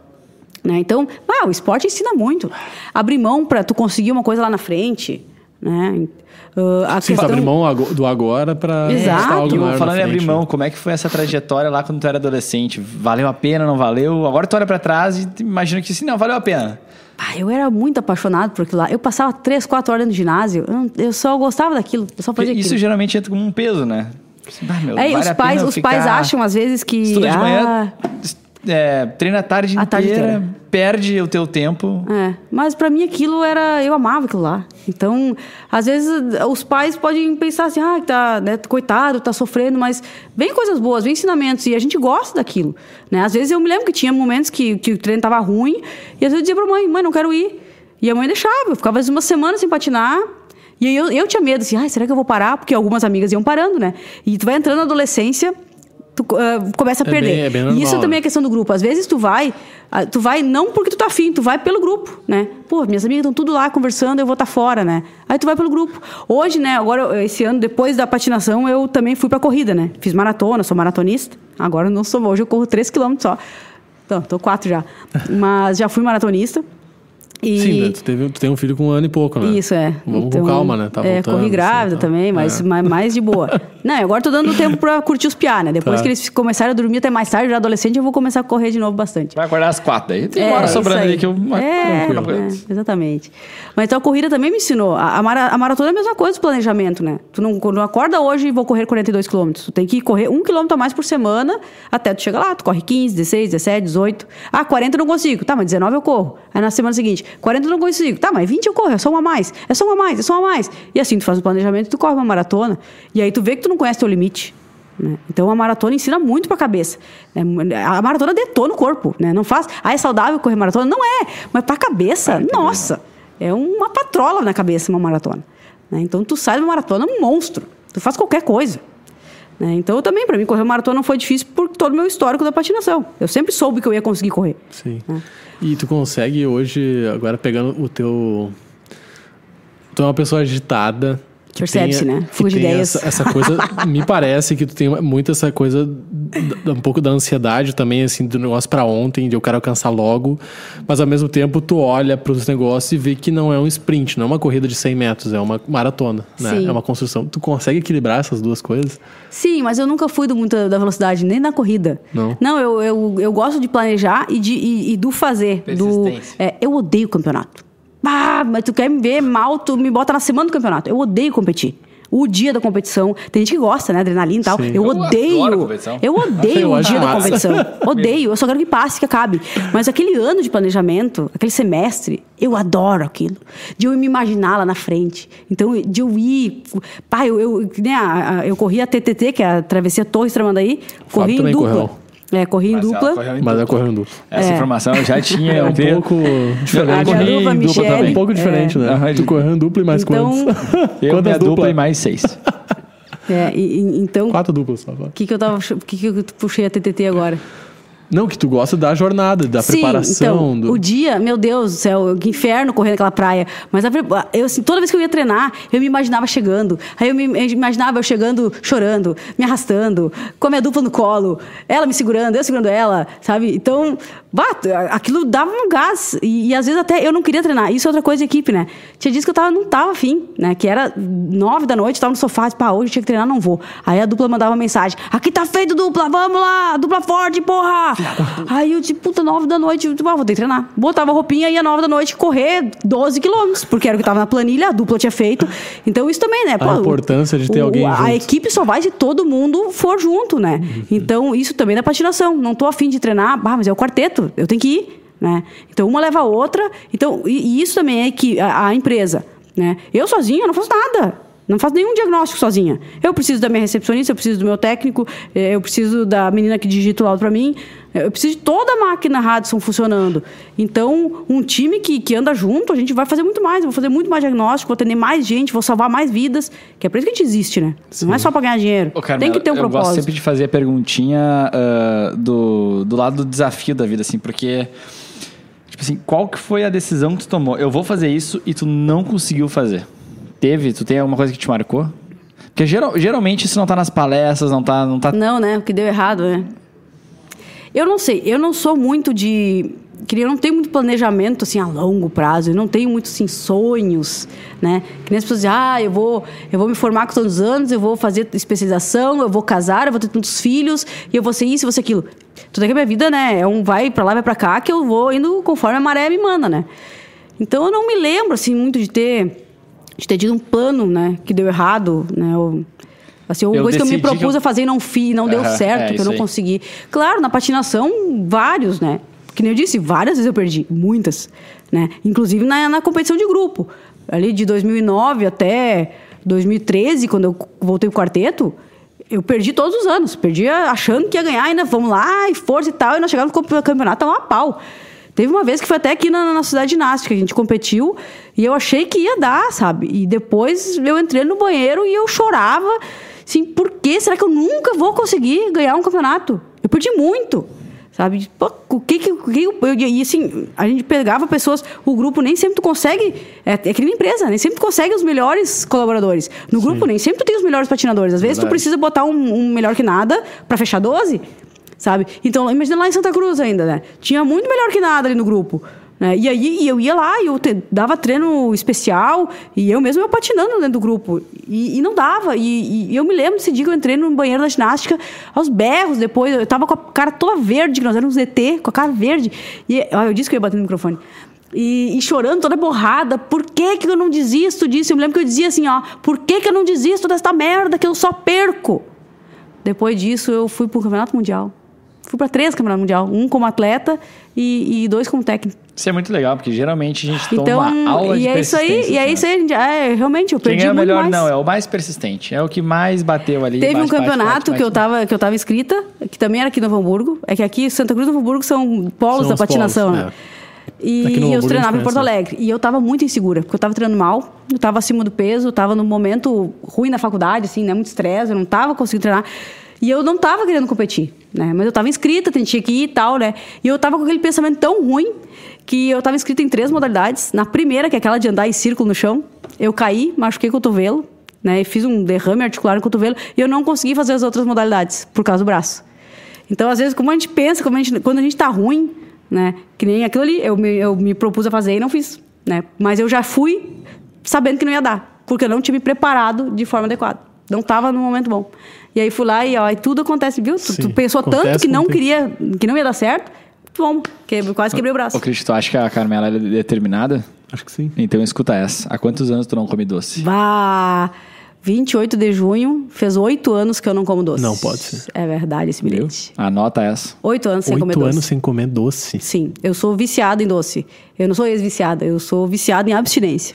Né? Então, ah, o esporte ensina muito. Abrir mão para tu conseguir uma coisa lá na frente. Né? Uh, a Sim, questão... abrir mão do agora para Exato. algo maior. Falando em abrir mão, né? como é que foi essa trajetória lá quando tu era adolescente? Valeu a pena, não valeu? Agora tu olha para trás e imagina que sim, não, valeu a pena. Ah, eu era muito apaixonado por aquilo lá. Eu passava três, quatro horas no ginásio. Eu, eu só gostava daquilo. Eu só fazia Isso aquilo. geralmente entra como um peso, né? Ah, meu, é, vale os a pais, pena os ficar... pais acham às vezes que... Estuda de ah, manhã, é, treina a tarde a inteira, tarde inteira, perde o teu tempo. É, mas pra mim aquilo era... Eu amava aquilo lá. Então, às vezes, os pais podem pensar assim, ah, tá, né, coitado, tá sofrendo, mas vem coisas boas, vem ensinamentos, e a gente gosta daquilo. Né? Às vezes eu me lembro que tinha momentos que, que o treino tava ruim, e às vezes eu dizia pra mãe, mãe, não quero ir. E a mãe deixava, eu ficava às vezes uma semana sem patinar. E aí eu, eu tinha medo, assim, ai, será que eu vou parar? Porque algumas amigas iam parando, né? E tu vai entrando na adolescência, tu uh, começa a é perder. Bem, é bem normal, e isso também né? é questão do grupo. Às vezes tu vai, uh, tu vai não porque tu tá afim, tu vai pelo grupo, né? Pô, minhas amigas estão tudo lá conversando, eu vou estar tá fora, né? Aí tu vai pelo grupo. Hoje, né, agora, esse ano, depois da patinação, eu também fui pra corrida, né? Fiz maratona, sou maratonista. Agora eu não sou, hoje eu corro três quilômetros só. Então, tô quatro já. Mas já fui maratonista. E... Sim, né? Tu, teve, tu tem um filho com um ano e pouco, né? Isso, é. Vamos então, com calma, né? Tá é, voltando, corri grávida assim, também, mas é. mais, mais de boa. Não, agora tô dando tempo pra curtir os piá, né? Depois tá. que eles começarem a dormir até mais tarde, já adolescente, eu vou começar a correr de novo bastante. Vai acordar às quatro, daí tem É, uma hora sobrando aí. ali que eu... É, é, exatamente. Mas então a corrida também me ensinou. A, a, mara, a maratona é a mesma coisa do planejamento, né? Tu não, não acorda hoje e vou correr quarenta e dois quilômetros. Tu tem que correr um quilômetro a mais por semana até tu chegar lá. Tu corre quinze, dezesseis, dezessete, dezoito. Ah, quarenta eu não consigo. Tá, mas dezenove eu corro. Aí na semana seguinte, quarenta eu não consigo. Tá, mas vinte eu corro. É só uma a mais. É só uma a mais. É só uma a mais. E assim, tu faz o planejamento e tu corre uma maratona. E aí tu vê que tu não conhece teu limite. Né? Então a maratona ensina muito pra cabeça. Né? A maratona detona o corpo. Né? Não faz... Ah, é saudável correr maratona? Não é. Mas pra cabeça, ah, nossa. É uma patrola na cabeça uma maratona. Né? Então tu sai de uma maratona um monstro. Tu faz qualquer coisa. Né? Então eu também, pra mim, correr maratona não foi difícil por todo o meu histórico da patinação. Eu sempre soube que eu ia conseguir correr. Sim. Né? E tu consegue hoje, agora pegando o teu... Tu é uma pessoa agitada, Percebe-se, tem, né? Fuga de tem ideias. Essa, essa coisa, me parece que tu tem muito essa coisa, d- um pouco da ansiedade também, assim, do negócio pra ontem, de eu quero alcançar logo, mas ao mesmo tempo tu olha pros negócios e vê que não é um sprint, não é uma corrida de cem metros, é uma maratona, né? Sim. É uma construção. Tu consegue equilibrar essas duas coisas? Sim, mas eu nunca fui do muito da velocidade, nem na corrida. Não? Não, eu, eu, eu gosto de planejar e, de, e, e do fazer. Do, Persistência. é, eu odeio campeonato. Ah, mas tu quer me ver mal, tu me bota na semana do campeonato. Eu odeio competir. O dia da competição. Tem gente que gosta, né? Adrenalina e tal. Sim. Eu Eu odeio. adoro a competição. Eu odeio Eu o acho dia da massa. competição. Odeio. Eu só quero que passe, que acabe. Mas aquele ano de planejamento, aquele semestre, eu adoro aquilo. De eu me imaginar lá na frente. Então, de eu ir. Pá, eu, eu, né, a- a- eu corri a T T T, que é a Travessia Torres Tramandaí. Corri em também dupla. correu. É, corri em Mas ela dupla. correu em Mas é dupla. correndo duplo. Essa É. informação eu já tinha. É um eu creio. pouco Eu diferente. corri Garuva, em dupla Michele. É também. um pouco diferente, né? Aham, Tu correndo dupla e mais Então- quantos? Eu, Quantas minha dupla duplas? e mais seis. É, e- e- então. Quatro duplas só. O que, que eu tava. O que, que eu puxei a T T T agora? Não, que tu gosta da jornada, da Sim, preparação. então, do... o dia, meu Deus do céu, que inferno correr naquela praia. Mas a, eu, assim, toda vez que eu ia treinar, eu me imaginava chegando. Aí eu me eu imaginava eu chegando, chorando, me arrastando, com a minha dupla no colo, ela me segurando, eu segurando ela, sabe? Então, bah, aquilo dava um gás. E, e às vezes até eu não queria treinar. Isso é outra coisa de equipe, né? Tinha dias que eu tava, não tava afim, né? Que era nove da noite, tava no sofá, disse, pá, hoje eu tinha que treinar, não vou. Aí a dupla mandava uma mensagem: aqui tá feito, dupla, vamos lá, dupla forte, porra! Aí eu, tipo, puta, nove da noite, eu, tipo, ah, vou ter que treinar. Botava a roupinha e ia nove da noite correr doze quilômetros, porque era o que tava na planilha, a dupla tinha feito. Então isso também, né? Pô, importância de ter o- alguém A junto. equipe só vai se todo mundo for junto, né? Então isso também é patinação. Não tô afim de treinar, ah, mas é o quarteto, eu tenho que ir, né? Então uma leva a outra. Então, e, e isso também é que a, a empresa, né? Eu sozinha não faço nada. Não faço nenhum diagnóstico sozinha. Eu preciso da minha recepcionista, eu preciso do meu técnico, eh, eu preciso da menina que digita o laudo para mim, eu preciso de toda a máquina Radisson funcionando. Então, um time que, que anda junto, a gente vai fazer muito mais. Eu vou fazer muito mais diagnóstico, vou atender mais gente, vou salvar mais vidas. Que é por isso que a gente existe, né? Não é só para ganhar dinheiro. Ô, Carmela, Tem que ter um eu gosto propósito. sempre de fazer a perguntinha ah, do, do lado do desafio da vida, assim, porque, tipo assim, qual que foi a decisão que tu tomou? Eu vou fazer isso e tu não conseguiu fazer. Teve? Tu tem alguma coisa que te marcou? Porque geral, geralmente isso não tá nas palestras, não tá... Não tá... Não, né? O que deu errado, né? Eu não sei, eu não sou muito de... que Eu não tenho muito planejamento, assim, a longo prazo. Eu não tenho muitos, assim, sonhos, né? Que nem as pessoas dizem, ah, eu vou, eu vou me formar com tantos anos, eu vou fazer especialização, eu vou casar, eu vou ter tantos filhos, e eu vou ser isso, eu vou ser aquilo. Tudo é que a minha vida, né? É um vai pra lá, vai pra cá, que eu vou indo conforme a maré me manda, né? Então, eu não me lembro, assim, muito de ter... de ter tido um plano, né, que deu errado, né, eu, assim, uma Eu coisa que eu me decidi que propus eu- a fazer e não fiz, não deu Aham, certo, é, que eu isso não aí. consegui. Claro, na patinação, vários, né, que nem eu disse, várias vezes eu perdi, muitas, né, inclusive na, na competição de grupo, ali de dois mil e nove até dois mil e treze, quando eu voltei pro quarteto, eu perdi todos os anos, perdi achando que ia ganhar, ainda vamos lá, e força e tal, e nós chegávamos no campeonato, tava a pau. Teve uma vez que foi até aqui na, na cidade ginástica, a gente competiu e eu achei que ia dar, sabe? E depois eu entrei no banheiro e eu chorava, assim, por que será que eu nunca vou conseguir ganhar um campeonato? Eu perdi muito, sabe? Pô, o que que... O que eu, e assim, a gente pegava pessoas, o grupo nem sempre tu consegue, é, é que nem empresa, nem sempre tu consegue os melhores colaboradores. No grupo nem sempre tu tem os melhores patinadores, às vezes Verdade. tu precisa botar um, um melhor que nada pra fechar doze, sabe? Então, imagina lá em Santa Cruz ainda, né? Tinha muito melhor que nada ali no grupo, né? E aí eu ia lá e eu te, dava treino especial e eu mesmo eu patinando dentro do grupo. E, e não dava. E, e eu me lembro desse dia que eu entrei no banheiro da ginástica aos berros depois. Eu tava com a cara toda verde, que nós éramos Z T, com a cara verde. E ó, eu disse que eu ia bater no microfone. E, e chorando, toda borrada. Por que que eu não desisto disso? Eu me lembro que eu dizia assim, ó, por que que eu não desisto desta merda que eu só perco? Depois disso, eu fui pro Campeonato Mundial. Fui para três campeonatos mundial, um como atleta e, e dois como técnico. Isso é muito legal, porque geralmente a gente toma Então, uma aula e de é isso aí, persistência, e é né? isso aí, a gente- é, realmente eu Quem perdi é o muito melhor mais. não, é o mais persistente. É o que mais bateu ali. Teve bate, um bate, campeonato bate, que eu bate. tava que eu tava inscrita, que também era aqui no Novo Hamburgo. É que aqui Santa Cruz e Novo Hamburgo são polos São da os patinação, polos, né? é. E Aqui no Novo eu Hamburgo treinava a em gente Porto conhece, Alegre. E eu tava muito insegura, porque eu tava treinando mal, eu tava acima do peso, eu tava num momento ruim na faculdade, assim, né? Muito estresse, eu não tava conseguindo treinar. E eu não tava querendo competir, né? Mas eu tava inscrita, tinha que ir e tal, né? E eu tava com aquele pensamento tão ruim que eu tava inscrita em três modalidades. Na primeira, que é aquela de andar em círculo no chão, eu caí, machuquei o cotovelo. né? E fiz um derrame articular no cotovelo e eu não consegui fazer as outras modalidades por causa do braço. Então, às vezes, como a gente pensa, como a gente, quando a gente tá ruim, né? Que nem aquilo ali, eu me, eu me propus a fazer e não fiz, né? Mas eu já fui sabendo que não ia dar, porque eu não tinha me preparado de forma adequada. Não estava no momento bom. E aí fui lá e, ó, e tudo acontece, viu? Tu, tu pensou tanto que não queria, que não ia dar certo, bom, que, quase quebrei o braço. Ô, Cristo, tu acha que a Carmela é determinada? Acho que sim. Então escuta essa. Há quantos anos tu não come doce? Vá... vinte e oito de junho, fez oito anos que eu não como doce. Não pode ser. É verdade esse bilhete. Anota essa. Oito anos sem Oito comer doce. Oito anos sem comer doce? Sim, eu sou viciada em doce. Eu não sou ex-viciada, eu sou viciada em abstinência.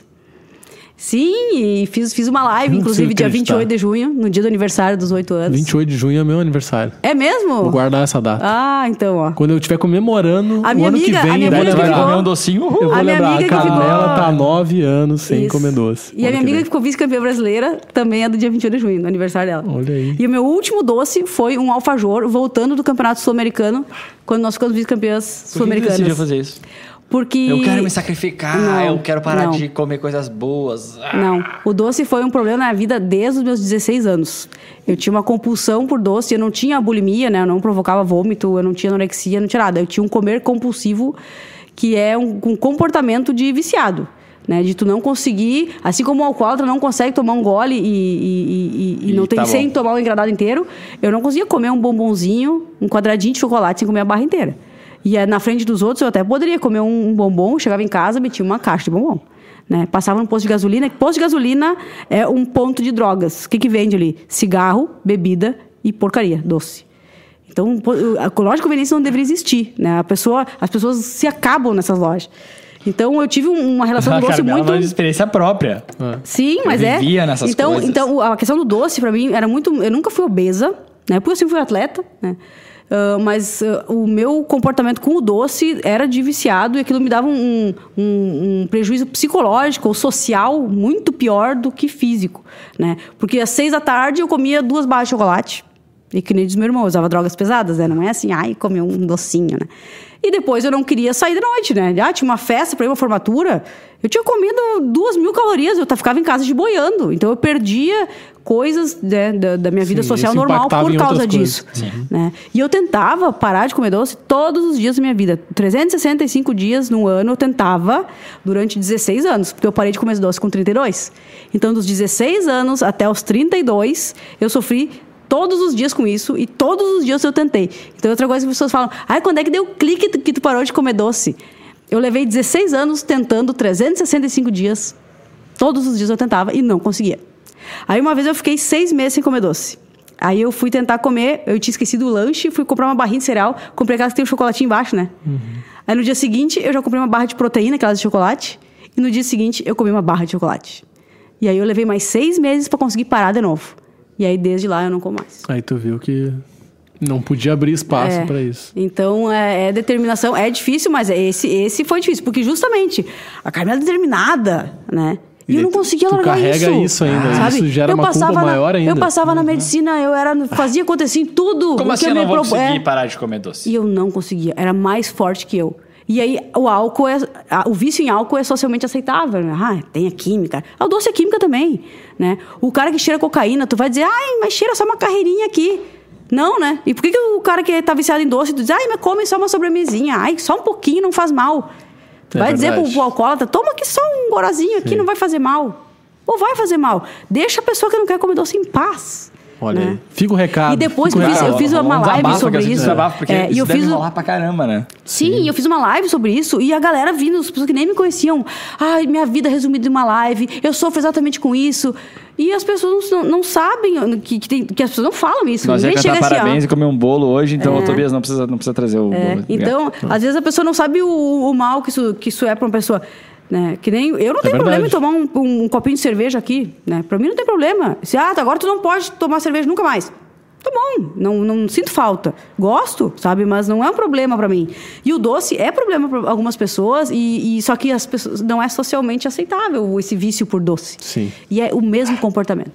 Sim, e fiz, fiz uma live, Não inclusive, dia acreditar. vinte e oito de junho, no dia do aniversário dos oito anos. vinte e oito de junho é meu aniversário. É mesmo? Vou guardar essa data. Ah, então, ó. Quando eu estiver comemorando A o minha ano amiga- que a vem, minha eu vou amiga lembrar. ficou- comer um docinho. Uhul. Eu vou A minha lembrar, amiga a que ficou- Carmela tá há nove anos sem Isso. comer doce. E a minha Ano que amiga vem. que ficou vice-campeã brasileira também é do dia vinte e oito de junho, no aniversário dela. Olha aí. E o meu último doce foi um alfajor, voltando do Campeonato Sul-Americano, quando nós ficamos vice-campeãs Por que que sul-americanas. decidiu fazer isso? Porque... Eu quero me sacrificar, Não, eu quero parar não. de comer coisas boas. Ah. Não, o doce foi um problema na minha vida desde os meus dezesseis anos. Eu tinha uma compulsão por doce, eu não tinha bulimia, né? Eu não provocava vômito, eu não tinha anorexia, não tinha nada. Eu tinha um comer compulsivo, que é um, um comportamento de viciado. Né, de tu não conseguir, assim como o alcoólatra não consegue tomar um gole e, e, e, e, e não E tem tá sem bom. tomar o engradado inteiro, eu não conseguia comer um bombonzinho, um quadradinho de chocolate sem comer a barra inteira. E é, na frente dos outros eu até poderia comer um, um bombom, chegava em casa, metia uma caixa de bombom. Né? Passava no posto de gasolina, que posto de gasolina é um ponto de drogas. O que, que vende ali? Cigarro, bebida e porcaria, doce. Então, a loja de conveniência não deveria existir. Né? A pessoa, as pessoas se acabam nessas lojas. Então, eu tive uma relação com A doce Carmela muito... é uma experiência própria. Sim, Eu mas é. vivia nessas então, coisas. Então, a questão do doce, pra mim, era muito... Eu nunca fui obesa, né? Porque eu sempre fui atleta, né? Uh, mas uh, o meu comportamento com o doce era de viciado e aquilo me dava um, um, um prejuízo psicológico ou social muito pior do que físico, né? Porque às seis da tarde eu comia duas barras de chocolate. E que nem diz meu irmão, eu usava drogas pesadas, né? Não é assim, ai, comer um docinho, né? E depois eu não queria sair de noite, né? Ah, tinha uma festa para ir, uma formatura. Eu tinha comido duas mil calorias, eu ficava em casa de boiando. Então eu perdia coisas, né, da, da minha vida Sim, social isso normal impactava por em causa outras disso. coisas. Né? E eu tentava parar de comer doce todos os dias da minha vida. trezentos e sessenta e cinco dias no ano eu tentava durante dezesseis anos, porque eu parei de comer doce com trinta e dois. Então, dos dezesseis anos até os trinta e dois, eu sofri todos os dias com isso e todos os dias eu tentei. Então, outra coisa que as pessoas falam, ai, quando é que deu o clique que tu parou de comer doce? Eu levei dezesseis anos tentando trezentos e sessenta e cinco dias. Todos os dias eu tentava e não conseguia. Aí uma vez eu fiquei seis meses sem comer doce. Aí eu fui tentar comer, eu tinha esquecido o lanche, fui comprar uma barrinha de cereal, comprei aquelas que tem o chocolatinho embaixo, né? Uhum. Aí no dia seguinte eu já comprei uma barra de proteína, aquelas de chocolate, e no dia seguinte eu comi uma barra de chocolate. E aí eu levei mais seis meses para conseguir parar de novo. E aí desde lá eu não como mais. Aí tu viu que não podia abrir espaço É, para isso. Então, é, é determinação, é difícil, mas esse, esse foi difícil, porque justamente a Carmela é determinada, né? E, E eu não tu- conseguia tu largar carrega isso. isso ainda, sabe? isso gera eu uma culpa passava na, maior ainda. Eu passava na medicina, eu era, fazia acontecer em tudo. Como o assim que eu não me vou propo- conseguir é. parar de comer doce? E eu não conseguia, era mais forte que eu. E aí, o álcool é... a- O vício em álcool é socialmente aceitável. Né? Ah, tem a química. O doce é química também, né? O cara que cheira cocaína, tu vai dizer, ai, mas cheira só uma carreirinha aqui. Não, né? E por que, que o cara que tá viciado em doce, tu diz, ai, mas come só uma sobremesinha. Ai, só um pouquinho não faz mal. Tu É vai dizer pro, verdade. pro alcoólatra, toma aqui só um gorazinho aqui, Sim. não vai fazer mal. Ou vai fazer mal. Deixa a pessoa que não quer comer doce em paz. Olha né? aí. Fica o recado. E depois Fica que o eu fiz, recado. eu fiz uma Vamos live desabafo, sobre quero isso. desabafo, porque É, e isso eu deve fiz o- rolar pra caramba, né? Sim, eu fiz uma live sobre isso e a galera vindo, as pessoas que nem me conheciam. Ai, minha vida resumida em uma live, eu sofro exatamente com isso. E as pessoas não, não sabem, que, que, tem, que as pessoas não falam isso. Nós ia Ninguém cantar chega assim, parabéns ó. e comer um bolo hoje, então, É. ô, Tobias, não precisa, não precisa trazer o É, bolo. então, às vezes a pessoa não sabe o, o mal que isso, que isso é pra uma pessoa. Né? Que nem, eu não tenho problema em verdade. tomar um, um, um copinho de cerveja aqui. Né? Pra mim não tem problema. Se, ah, agora tu não pode tomar cerveja nunca mais. Tá bom, não, não sinto falta. Gosto, sabe? Mas não é um problema pra mim. E o doce é problema pra algumas pessoas, e, e só que as pessoas não é socialmente aceitável esse vício por doce. Sim. E é o mesmo comportamento.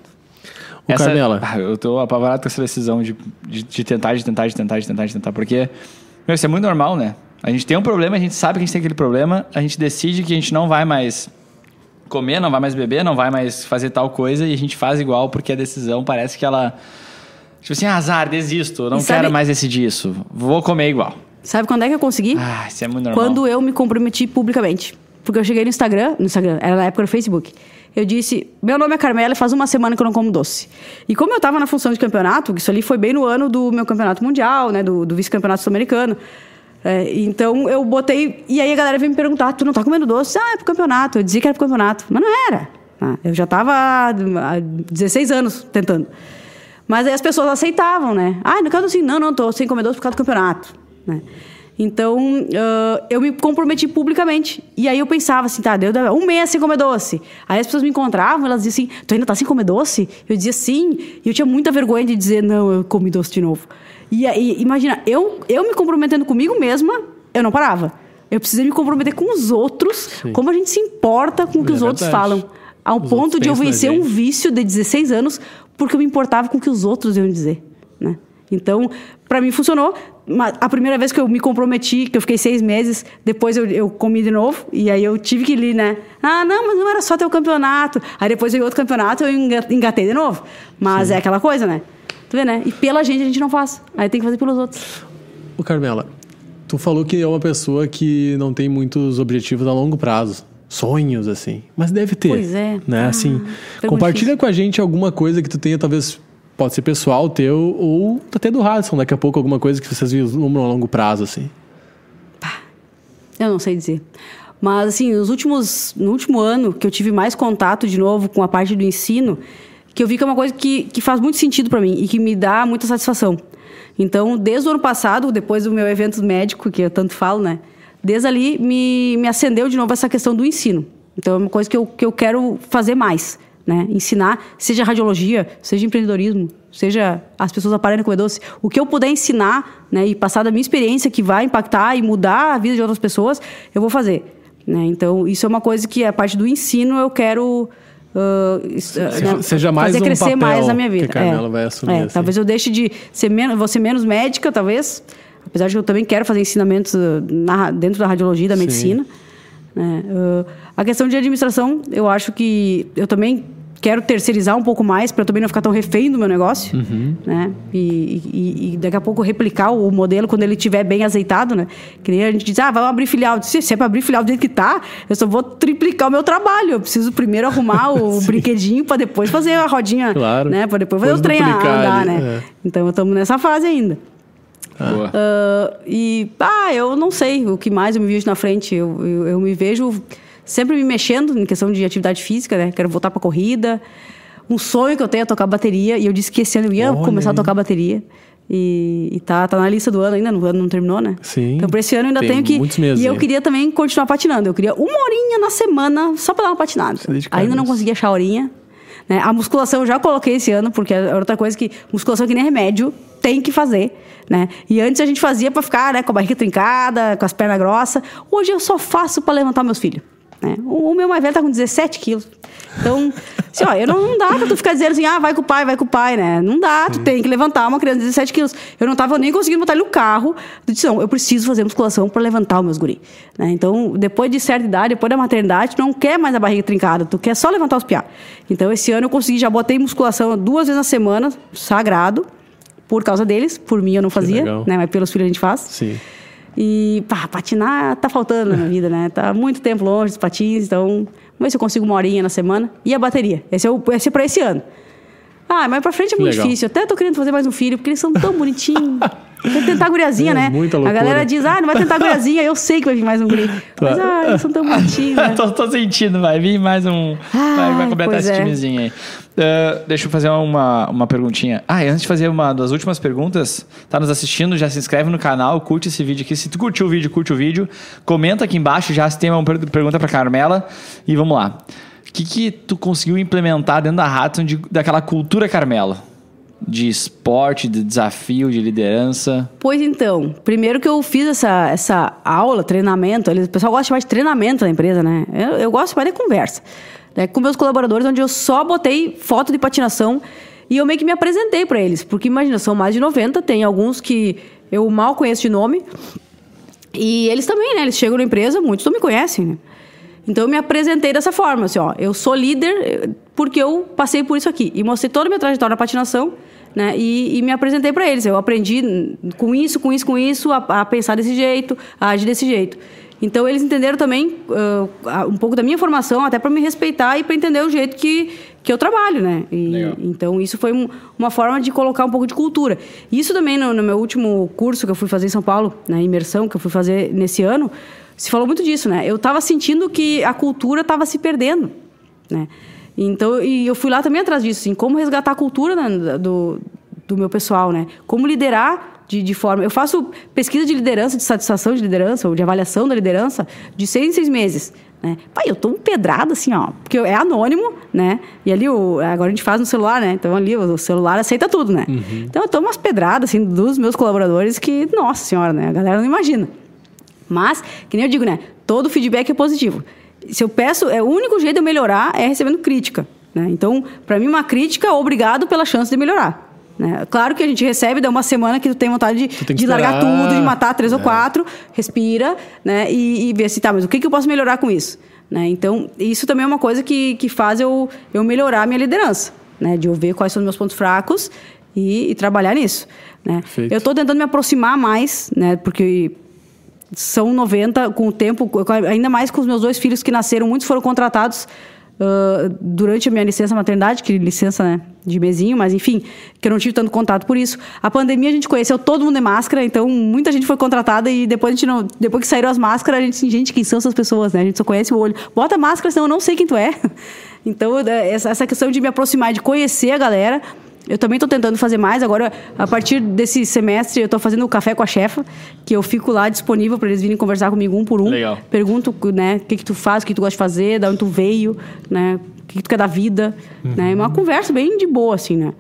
Ô, Essa- Carmela. Ah, eu tô apavorado com essa decisão de, de, de tentar, de tentar, de tentar, de tentar, de tentar, porque meu, isso é muito normal, né? A gente tem um problema, a gente sabe que a gente tem aquele problema, a gente decide que a gente não vai mais comer, não vai mais beber, não vai mais fazer tal coisa e a gente faz igual porque a decisão parece que ela... Tipo assim, azar, desisto, não sabe, quero mais decidir isso, vou comer igual. Sabe quando é que eu consegui? Ah, isso é muito normal. Quando eu me comprometi publicamente. Porque eu cheguei no Instagram, no Instagram, era na época do Facebook. Eu disse, meu nome é Carmela e faz uma semana que eu não como doce. E como eu tava na função de campeonato, que isso ali foi bem no ano do meu campeonato mundial, né, do, do vice-campeonato sul-americano. É, então eu botei, e aí a galera veio me perguntar, tu não tá comendo doce? Ah, é pro campeonato. Eu dizia que era pro campeonato, mas não era. Ah, eu já tava há dezesseis anos tentando. Mas aí as pessoas aceitavam, né? Ah, não quero assim, não, não, tô sem comer doce por causa do campeonato, né? Então, uh, eu me comprometi publicamente. E aí eu pensava assim, tá, deu um mês sem comer doce. Aí as pessoas me encontravam, elas diziam assim, tu ainda tá sem comer doce? Eu dizia sim. E eu tinha muita vergonha de dizer, não, eu comi doce de novo. E aí, imagina, eu, eu me comprometendo comigo mesma, eu não parava. Eu precisei me comprometer com os outros, Sim. como a gente se importa com o que é os outros falam. Ao os ponto de eu vencer um vício de dezesseis anos, porque eu me importava com o que os outros iam dizer, né? Então, pra mim funcionou. A primeira vez que eu me comprometi, que eu fiquei seis meses, depois eu, eu comi de novo, e aí eu tive que ir, né? Ah, não, mas não era só ter o campeonato. Aí depois veio outro campeonato, eu engatei de novo. Mas Sim. é aquela coisa, né? Tu vê, né? E pela gente a gente não faz. Aí tem que fazer pelos outros. Ô, Carmela, tu falou que é uma pessoa que não tem muitos objetivos a longo prazo. Sonhos, assim. Mas deve ter. Pois é. Né? Ah, assim, compartilha difícil. Com a gente alguma coisa que tu tenha, talvez... Pode ser pessoal teu ou até do Radisson, daqui a pouco alguma coisa que vocês vislumbram a longo prazo, assim. Eu não sei dizer. Mas, assim, nos últimos, no último ano que eu tive mais contato de novo com a parte do ensino, que eu vi que é uma coisa que, que faz muito sentido para mim e que me dá muita satisfação. Então, desde o ano passado, depois do meu evento médico, que eu tanto falo, né? Desde ali, me, me acendeu de novo essa questão do ensino. Então, é uma coisa que eu, que eu quero fazer mais. Né? Ensinar, seja radiologia, seja empreendedorismo, seja as pessoas a pararem de comer doce. O que eu puder ensinar, né, e passar da minha experiência que vai impactar e mudar a vida de outras pessoas, eu vou fazer. Né? Então, isso é uma coisa que a parte do ensino eu quero uh, seja, né, seja mais fazer um crescer mais na minha vida. Que a Carmela é, vai assumir. É, assim. Talvez eu deixe de ser menos, vou ser menos médica, talvez, apesar de que eu também quero fazer ensinamentos na, dentro da radiologia e da medicina. Né? Uh, a questão de administração, eu acho que eu também quero terceirizar um pouco mais para eu também não ficar tão refém do meu negócio, uhum. né? E, e, e daqui a pouco replicar o modelo quando ele estiver bem azeitado, né? Que nem a gente diz, ah, vamos abrir filial. Se, se é para abrir filial do jeito que tá, eu só vou triplicar o meu trabalho. Eu preciso primeiro arrumar o brinquedinho para depois fazer a rodinha, claro. Né? Para depois fazer o trem andar, né? É. Então, estamos nessa fase ainda. Ah. Uh, e, ah, eu não sei o que mais eu me vejo na frente. Eu, eu, eu me vejo... sempre me mexendo em questão de atividade física, né? Quero voltar pra corrida. Um sonho que eu tenho é tocar bateria. E eu disse que esse ano eu ia Olha começar aí. a tocar bateria. E, e tá, tá na lista do ano ainda. O ano não terminou, né? Sim. Então, pra esse ano eu ainda tem tenho que... muitos meses, e eu hein? queria também continuar patinando. Eu queria uma horinha na semana só pra dar uma patinada. Ainda não consegui achar a horinha. Né? A musculação eu já coloquei esse ano, porque é outra coisa que... Musculação que nem remédio, tem que fazer. Né? E antes a gente fazia pra ficar, né, com a barriga trincada, com as pernas grossas. Hoje eu só faço pra levantar meus filhos. Né? O, o meu mais velho tá com dezessete quilos. Então, assim, ó, eu não, não dá pra tu ficar dizendo assim, ah, vai com o pai, vai com o pai, né? Não dá, Sim. tu tem que levantar uma criança de dezessete quilos. Eu não tava nem conseguindo botar ele no carro. Eu disse, não, eu preciso fazer musculação pra levantar os meus guri. Né? Então, depois de certa idade, depois da maternidade, tu não quer mais a barriga trincada, tu quer só levantar os piá. Então, esse ano eu consegui, já botei musculação duas vezes na semana, sagrado, por causa deles. Por mim eu não fazia, né? Mas pelos filhos a gente faz. Sim. E, pá, patinar tá faltando na minha vida, né? Tá muito tempo longe dos patins, então... Vamos ver se eu consigo uma horinha na semana. E a bateria. Esse é, o, esse é pra esse ano. Ah, mas pra frente é muito Legal. difícil. Até tô querendo fazer mais um filho, porque eles são tão bonitinhos. Tem que tentar a guriazinha, é, né? Muita loucura. A galera diz, ah, não vai tentar a guriazinha. Eu sei que vai vir mais um guri. Mas, ah, eles são tão bonitinhos, né? tô, tô sentindo, vai vir mais um... Ai, vai, vai completar esse é. timezinho aí. Uh, deixa eu fazer uma, uma perguntinha. Ah, e antes de fazer uma das últimas perguntas, tá nos assistindo, já se inscreve no canal, curte esse vídeo aqui. Se tu curtiu o vídeo, curte o vídeo. Comenta aqui embaixo já se tem uma pergunta pra Carmela. E vamos lá. O que que tu conseguiu implementar dentro da Radisson de, daquela cultura Carmela? De esporte, de desafio, de liderança? Pois então, primeiro que eu fiz essa, essa aula, treinamento, o pessoal gosta de chamar de treinamento na empresa, né? Eu, eu gosto mais de conversa. Né? Com meus colaboradores, onde eu só botei foto de patinação e eu meio que me apresentei para eles. Porque imagina, são mais de noventa, tem alguns que eu mal conheço de nome. E eles também, né? Eles chegam na empresa, muitos não me conhecem, né? Então, eu me apresentei dessa forma, assim, ó, eu sou líder porque eu passei por isso aqui. E mostrei toda a minha trajetória na patinação, né? E, e me apresentei para eles. Eu aprendi com isso, com isso, com isso, a, a pensar desse jeito, a agir desse jeito. Então, eles entenderam também uh, um pouco da minha formação, até para me respeitar e para entender o jeito que, que eu trabalho, né? E, então, isso foi um, uma forma de colocar um pouco de cultura. Isso também, no, no meu último curso que eu fui fazer em São Paulo, na imersão que eu fui fazer nesse ano, se falou muito disso, né? Eu estava sentindo que a cultura estava se perdendo, né? Então, e eu fui lá também atrás disso, assim, como resgatar a cultura, né, do, do meu pessoal, né? Como liderar de, de forma... Eu faço pesquisa de liderança, de satisfação de liderança, ou de avaliação da liderança, de seis em seis meses, né? Pai, eu tô empedrada, assim, ó, porque é anônimo, né? E ali, o, agora a gente faz no celular, né? Então, ali, o celular aceita tudo, né? Uhum. Então, eu tomo umas pedradas, assim, dos meus colaboradores que, nossa senhora, né? A galera não imagina. Mas, que nem eu digo, né? Todo feedback é positivo. Se eu peço, é, o único jeito de eu melhorar é recebendo crítica, né? Então, para mim, uma crítica, obrigado pela chance de melhorar. Né? Claro que a gente recebe, dá uma semana que tu tem vontade de, de largar tudo, de matar três é. ou quatro, respira, né? E, e ver se tá, mas o que, que eu posso melhorar com isso? Né? Então, isso também é uma coisa que, que faz eu, eu melhorar a minha liderança, né? De eu ver quais são os meus pontos fracos e, e trabalhar nisso. Né? Eu estou tentando me aproximar mais, né? Porque são noventa, com o tempo, ainda mais com os meus dois filhos que nasceram, muitos foram contratados Uh, durante a minha licença maternidade, que licença, né, de mesinho, mas enfim, que eu não tive tanto contato por isso. A pandemia a gente conheceu todo mundo de máscara, então muita gente foi contratada e depois a gente não, depois que saíram as máscaras, a gente assim, gente, quem são essas pessoas, né? A gente só conhece o olho. Bota máscara, senão eu não sei quem tu é. Então, essa, essa questão de me aproximar, de conhecer a galera, eu também estou tentando fazer mais. Agora, a partir desse semestre, eu estou fazendo o Café com a Chefa, que eu fico lá disponível para eles virem conversar comigo um por um. Legal. Pergunto, né, o que, que tu faz, o que tu gosta de fazer, de onde tu veio, né, o que, que tu quer da vida. Uhum. Né, uma conversa bem de boa, assim, né.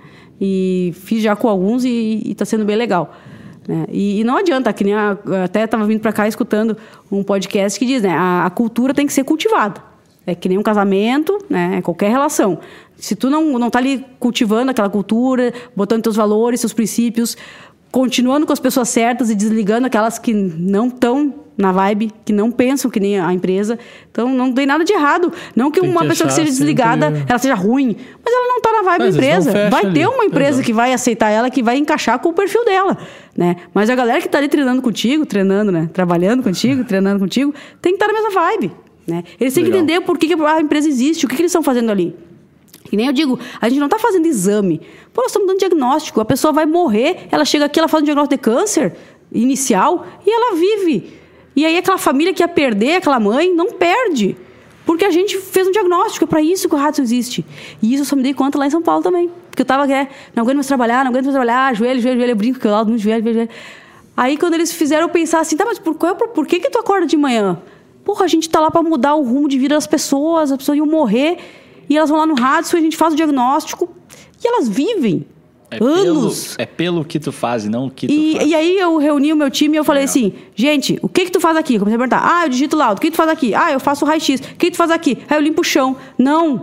E fiz já com alguns e está sendo bem legal. Né? E, e não adianta, que nem a, até estava vindo para cá escutando um podcast que diz, né, a, a cultura tem que ser cultivada. É que nem um casamento, né, é qualquer relação. Se tu não, não tá ali cultivando aquela cultura, botando teus valores, seus princípios, continuando com as pessoas certas e desligando aquelas que não estão na vibe, que não pensam que nem a empresa, então não tem nada de errado. Não que tem uma que pessoa que seja desligada, sempre... ela seja ruim, mas ela não tá na vibe da empresa. Vai ter uma empresa Exato. que vai aceitar ela, que vai encaixar com o perfil dela, né? Mas a galera que tá ali treinando contigo, treinando, né? Trabalhando contigo, treinando contigo, tem que estar na mesma vibe, né? Eles têm Legal. que entender por que a empresa existe, o que, que eles estão fazendo ali. E nem eu digo, a gente não está fazendo exame. Pô, nós estamos dando diagnóstico. A pessoa vai morrer, ela chega aqui, ela faz um diagnóstico de câncer inicial e ela vive. E aí aquela família que ia perder, aquela mãe, não perde. Porque a gente fez um diagnóstico. É para isso que o Hudson existe. E isso eu só me dei conta lá em São Paulo também. Porque eu estava, é, não aguento mais trabalhar, não aguento mais trabalhar, joelho, joelho, joelho, eu brinco que eu lado muito joelho, joelho, joelho. Aí quando eles fizeram eu pensar assim, tá, mas por, qual, por que que tu acorda de manhã? Porra, a gente tá lá para mudar o rumo de vida das pessoas, as pessoas iam morrer... E elas vão lá no Hudson, a gente faz o diagnóstico e elas vivem é anos. Pelo, é pelo que tu faz e não o que tu e, faz. E aí eu reuni o meu time e eu falei Legal. assim, gente, o que que tu faz aqui? Eu comecei a perguntar, ah, eu digito lá, o que que tu faz aqui? Ah, eu faço raio-x, o que que tu faz aqui? Ah, eu limpo o chão. Não,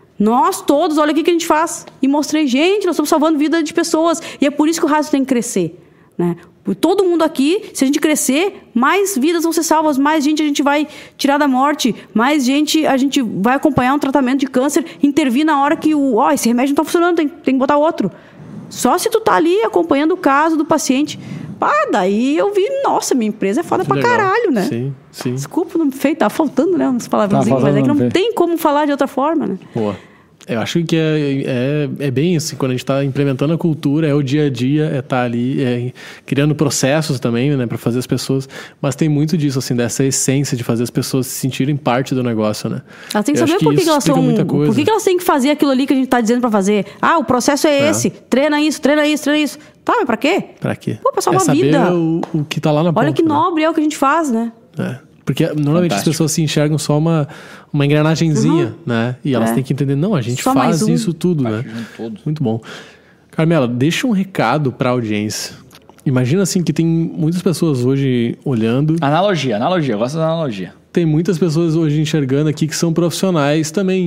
nós todos, olha o que que a gente faz. E mostrei, gente, nós estamos salvando vida de pessoas. E é por isso que o Hudson tem que crescer, né? Todo mundo aqui, se a gente crescer, mais vidas vão ser salvas, mais gente a gente vai tirar da morte, mais gente a gente vai acompanhar um tratamento de câncer, intervir na hora que o, ó, esse remédio não está funcionando, tem, tem que botar outro. Só se tu tá ali acompanhando o caso do paciente. Pá, daí eu vi, nossa, minha empresa é foda pra legal. caralho, né? Sim, sim. Desculpa, não feito, tá faltando, né, umas palavras, tá mas é que não ver. tem como falar de outra forma, né? Boa. Eu acho que é, é, é bem assim, quando a gente está implementando a cultura, é o dia a dia, é estar tá ali, é, criando processos também, né, para fazer as pessoas, mas tem muito disso, assim, dessa essência de fazer as pessoas se sentirem parte do negócio, né? Elas têm que saber por que, que elas são, por que, que elas têm que fazer aquilo ali que a gente está dizendo para fazer. Ah, o processo é, é esse, treina isso, treina isso, treina isso. Tá, mas para quê? Para quê? Pô, pra salvar é saber vida. O, o que tá lá na ponta. Olha que nobre, né? É o que a gente faz, né? É. Porque normalmente Fantástico. as pessoas se enxergam só uma, uma engrenagenzinha, uhum. né? E elas é. têm que entender, não, a gente só faz um. isso tudo, né? Muito bom. Carmela, deixa um recado para a audiência. Imagina assim que tem muitas pessoas hoje olhando... Analogia, analogia, eu gosto da analogia. Tem muitas pessoas hoje enxergando aqui que são profissionais também,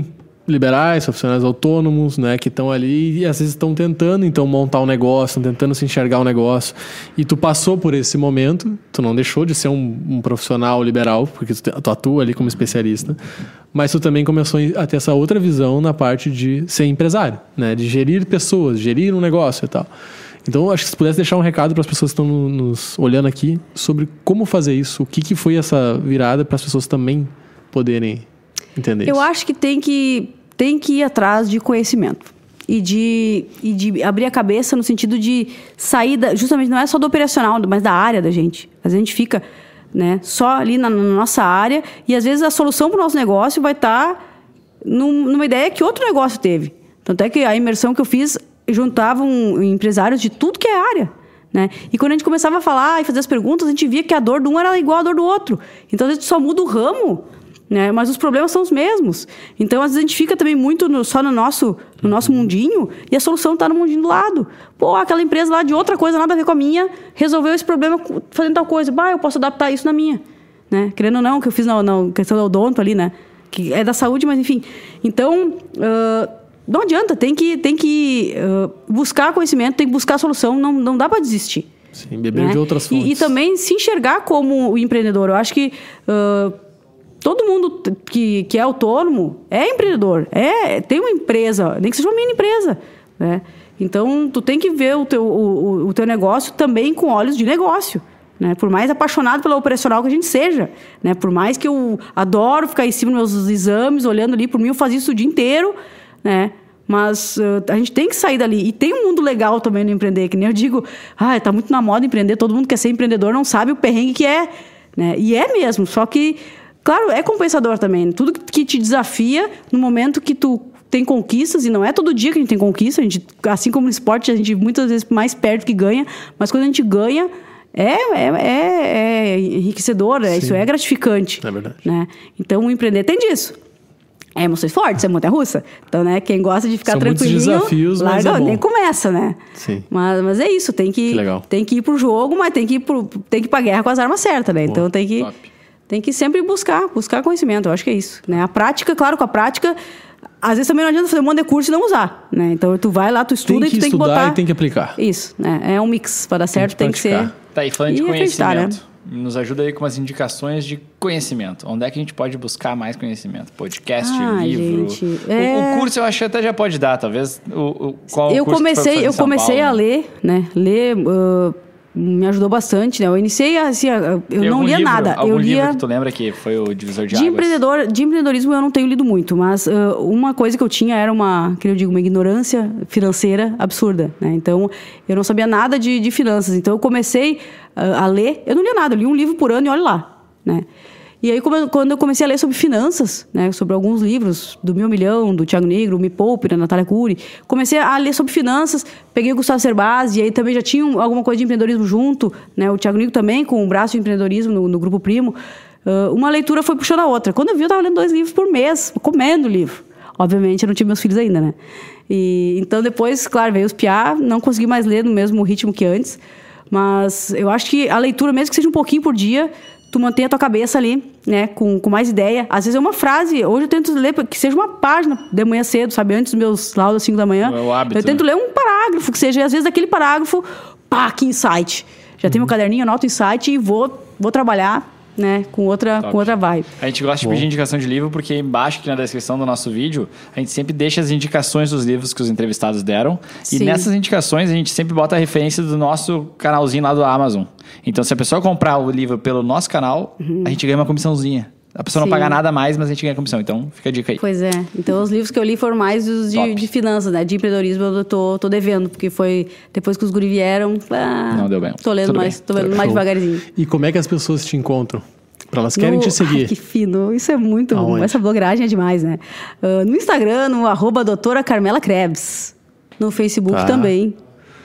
liberais, profissionais autônomos, né, que estão ali e às vezes estão tentando então montar um negócio, estão tentando se enxergar um negócio. E tu passou por esse momento, tu não deixou de ser um, um profissional liberal, porque tu, tu atua ali como especialista, mas tu também começou a ter essa outra visão na parte de ser empresário, né, de gerir pessoas, gerir um negócio e tal. Então, acho que se pudesse deixar um recado para as pessoas que estão no, nos olhando aqui sobre como fazer isso, o que, que foi essa virada para as pessoas também poderem entender Eu isso. acho que tem que, tem que ir atrás de conhecimento. E de, e de abrir a cabeça no sentido de sair, da, justamente, não é só do operacional, mas da área da gente. Às vezes a gente fica, né, só ali na, na nossa área e às vezes a solução para o nosso negócio vai estar num, numa ideia que outro negócio teve. Tanto é que a imersão que eu fiz juntavam empresários de tudo que é área. Né? E quando a gente começava a falar e fazer as perguntas, a gente via que a dor de um era igual à dor do outro. Então, a gente só muda o ramo, né? Mas os problemas são os mesmos. Então, às vezes, a gente fica também muito no, só no nosso, no nosso mundinho e a solução está no mundinho do lado. Pô, aquela empresa lá de outra coisa, nada a ver com a minha, resolveu esse problema fazendo tal coisa. Bah, eu posso adaptar isso na minha. Né? Querendo ou não, que eu fiz na, na questão do odonto ali, né? Que é da saúde, mas enfim. Então... Uh, Não adianta, tem que, tem que uh, buscar conhecimento, tem que buscar solução, não, não dá para desistir. Sim, beber né? de outras fontes. E, e também se enxergar como o empreendedor. Eu acho que uh, todo mundo que, que é autônomo é empreendedor, é, tem uma empresa, nem que seja uma mini empresa. Né? Então, tu tem que ver o teu, o, o teu negócio também com olhos de negócio. Né? Por mais apaixonado pelo operacional que a gente seja. Né? Por mais que eu adoro ficar em cima dos meus exames, olhando ali, por mim eu fazia isso o dia inteiro. Né? Mas uh, a gente tem que sair dali. E tem um mundo legal também no empreender, que nem eu digo, ah, tá muito na moda empreender, todo mundo quer ser empreendedor, não sabe o perrengue que é. Né? E é mesmo, só que, claro, é compensador também. Tudo que te desafia, no momento que tu tem conquistas, e não é todo dia que a gente tem conquista, a gente, assim como no esporte, a gente muitas vezes mais perde que ganha, mas quando a gente ganha, é, é, é, é enriquecedor, é, isso é gratificante. É verdade. Né? Então, o empreender tem disso. É emoções fortes, é montanha-russa. Então, né, quem gosta de ficar São tranquilinho... muitos desafios, mas larga, é bom. nem começa, né? Sim. Mas, mas é isso, tem que, Que legal. tem que ir pro jogo, mas tem que ir, pro, tem que ir pra guerra com as armas certas, né? Boa, então, tem que, tem que sempre buscar, buscar conhecimento. Eu acho que é isso. Né? A prática, claro, com a prática... Às vezes também não adianta fazer um monte de curso e não usar, né? Então, tu vai lá, tu estuda tem que e tu tem que estudar botar... e tem que aplicar. Isso, né? É um mix. Para dar certo, tem que, tem que ser... Tá aí, falando e de acreditar, conhecimento. Né? Nos ajuda aí com umas indicações de conhecimento. Onde é que a gente pode buscar mais conhecimento? Podcast, ah, livro. Gente, o, é... o curso eu acho que até já pode dar, talvez. O, o, qual eu curso comecei, que foi eu São comecei Paulo, a ler, né? Ler uh, me ajudou bastante, né? Eu iniciei assim, eu Tem não algum lia livro, nada. Algum eu lia livro que tu lembra que foi o divisor de, de águas? empreendedor, de empreendedorismo eu não tenho lido muito, mas uh, uma coisa que eu tinha era uma, que eu digo, uma ignorância financeira absurda, né? Então eu não sabia nada de, de finanças. Então eu comecei uh, a ler, eu não lia nada, eu li um livro por ano e olha lá, né? E aí, quando eu comecei a ler sobre finanças, né, sobre alguns livros do Meu Milhão, do Thiago Negro, Me Poupe, da Natália Cury, comecei a ler sobre finanças, peguei o Gustavo Cerbasi, e aí também já tinha alguma coisa de empreendedorismo junto, né, o Thiago Negro também, com um braço de empreendedorismo no, no Grupo Primo. Uh, uma leitura foi puxando a outra. Quando eu vi, eu estava lendo dois livros por mês, comendo livro. Obviamente, eu não tinha meus filhos ainda, né? E, então, depois, claro, veio os piá, não consegui mais ler no mesmo ritmo que antes, mas eu acho que a leitura, mesmo que seja um pouquinho por dia, tu mantém a tua cabeça ali, né, com, com mais ideia. Às vezes é uma frase, hoje eu tento ler que seja uma página de manhã cedo, sabe, antes dos meus laudos às cinco da manhã. É o hábito, eu tento né? ler um parágrafo, que seja, às vezes daquele parágrafo, pá, que insight. Já uhum. tenho meu caderninho, anoto o insight e vou, vou trabalhar, né, com outra, com outra vibe. A gente gosta de pedir indicação de livro porque embaixo aqui na descrição do nosso vídeo a gente sempre deixa as indicações dos livros que os entrevistados deram. Sim. E nessas indicações a gente sempre bota a referência do nosso canalzinho lá do Amazon. Então se a pessoa comprar o livro pelo nosso canal, uhum. a gente ganha uma comissãozinha. A pessoa Sim. não paga nada mais, mas a gente ganha comissão. Então, fica a dica aí. Pois é. Então, os livros que eu li foram mais os de, de finanças, né? De empreendedorismo eu tô, tô devendo, porque foi depois que os guri vieram... Ah, não deu bem. Tô lendo Tudo mais, bem. tô lendo Show. mais devagarzinho. E como é que as pessoas te encontram? Pra elas querem no... te seguir. Ai, que fino. Isso é muito Aonde? bom. Essa blogueiragem é demais, né? Uh, no Instagram, no arroba doutora Carmela Krebs. No Facebook tá. também.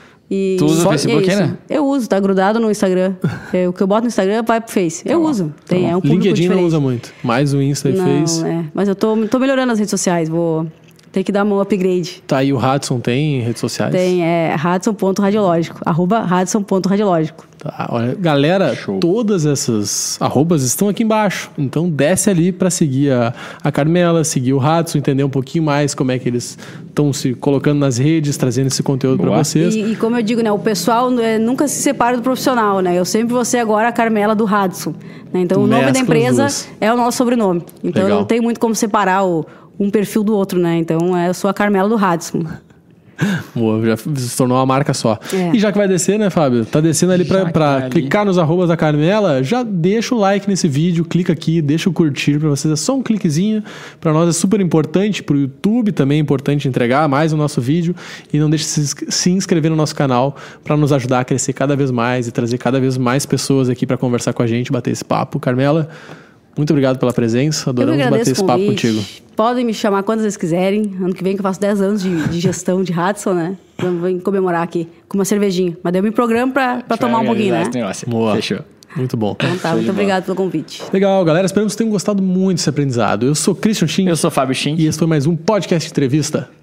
E tu usa o Facebook, é né? Eu uso, tá grudado no Instagram. é, o que eu boto no Instagram vai pro Face. Eu tá uso. Tem, tá é um público LinkedIn diferente. não usa muito. Mais o Insta e não, Face. É. Mas eu tô, tô melhorando as redes sociais. Vou, Tem que dar uma upgrade. Tá, e o Hudson tem redes sociais? Tem, é Hudson ponto radiológico. Arroba Hudson ponto radiológico. Tá, olha, galera, Show. Todas essas arrobas estão aqui embaixo. Então desce ali para seguir a, a Carmela, seguir o Hudson, entender um pouquinho mais como é que eles estão se colocando nas redes, trazendo esse conteúdo para vocês. E, e como eu digo, né, o pessoal é, nunca se separa do profissional, né? Eu sempre vou ser agora a Carmela do Hudson. Né? Então tu o nome da empresa é o nosso sobrenome. Então Legal. Não tem muito como separar o, um perfil do outro, né? Então eu sou a Carmela do Hudson. Boa, já se tornou uma marca só. É. E já que vai descer, né, Fábio? Tá descendo ali pra, pra clicar ali. Nos arrobas da Carmela, já deixa o like nesse vídeo, clica aqui, deixa o curtir pra vocês. É só um cliquezinho. Pra nós é super importante, pro YouTube também é importante entregar mais o nosso vídeo. E não deixe de se, se inscrever no nosso canal pra nos ajudar a crescer cada vez mais e trazer cada vez mais pessoas aqui pra conversar com a gente, bater esse papo. Carmela, muito obrigado pela presença. Adoramos bater esse papo contigo. Podem me chamar quantas vezes quiserem. Ano que vem que eu faço dez anos de, de gestão de Hudson, né? Vamos comemorar aqui com uma cervejinha. Mas daí eu me programo pra, pra tomar um pouquinho, né? Boa. Fechou. Muito bom. Então tá, muito obrigado pelo convite. Legal, galera. Espero que vocês tenham gostado muito desse aprendizado. Eu sou Christian Schink. Eu sou Fábio Schink. E esse foi mais um podcast de entrevista.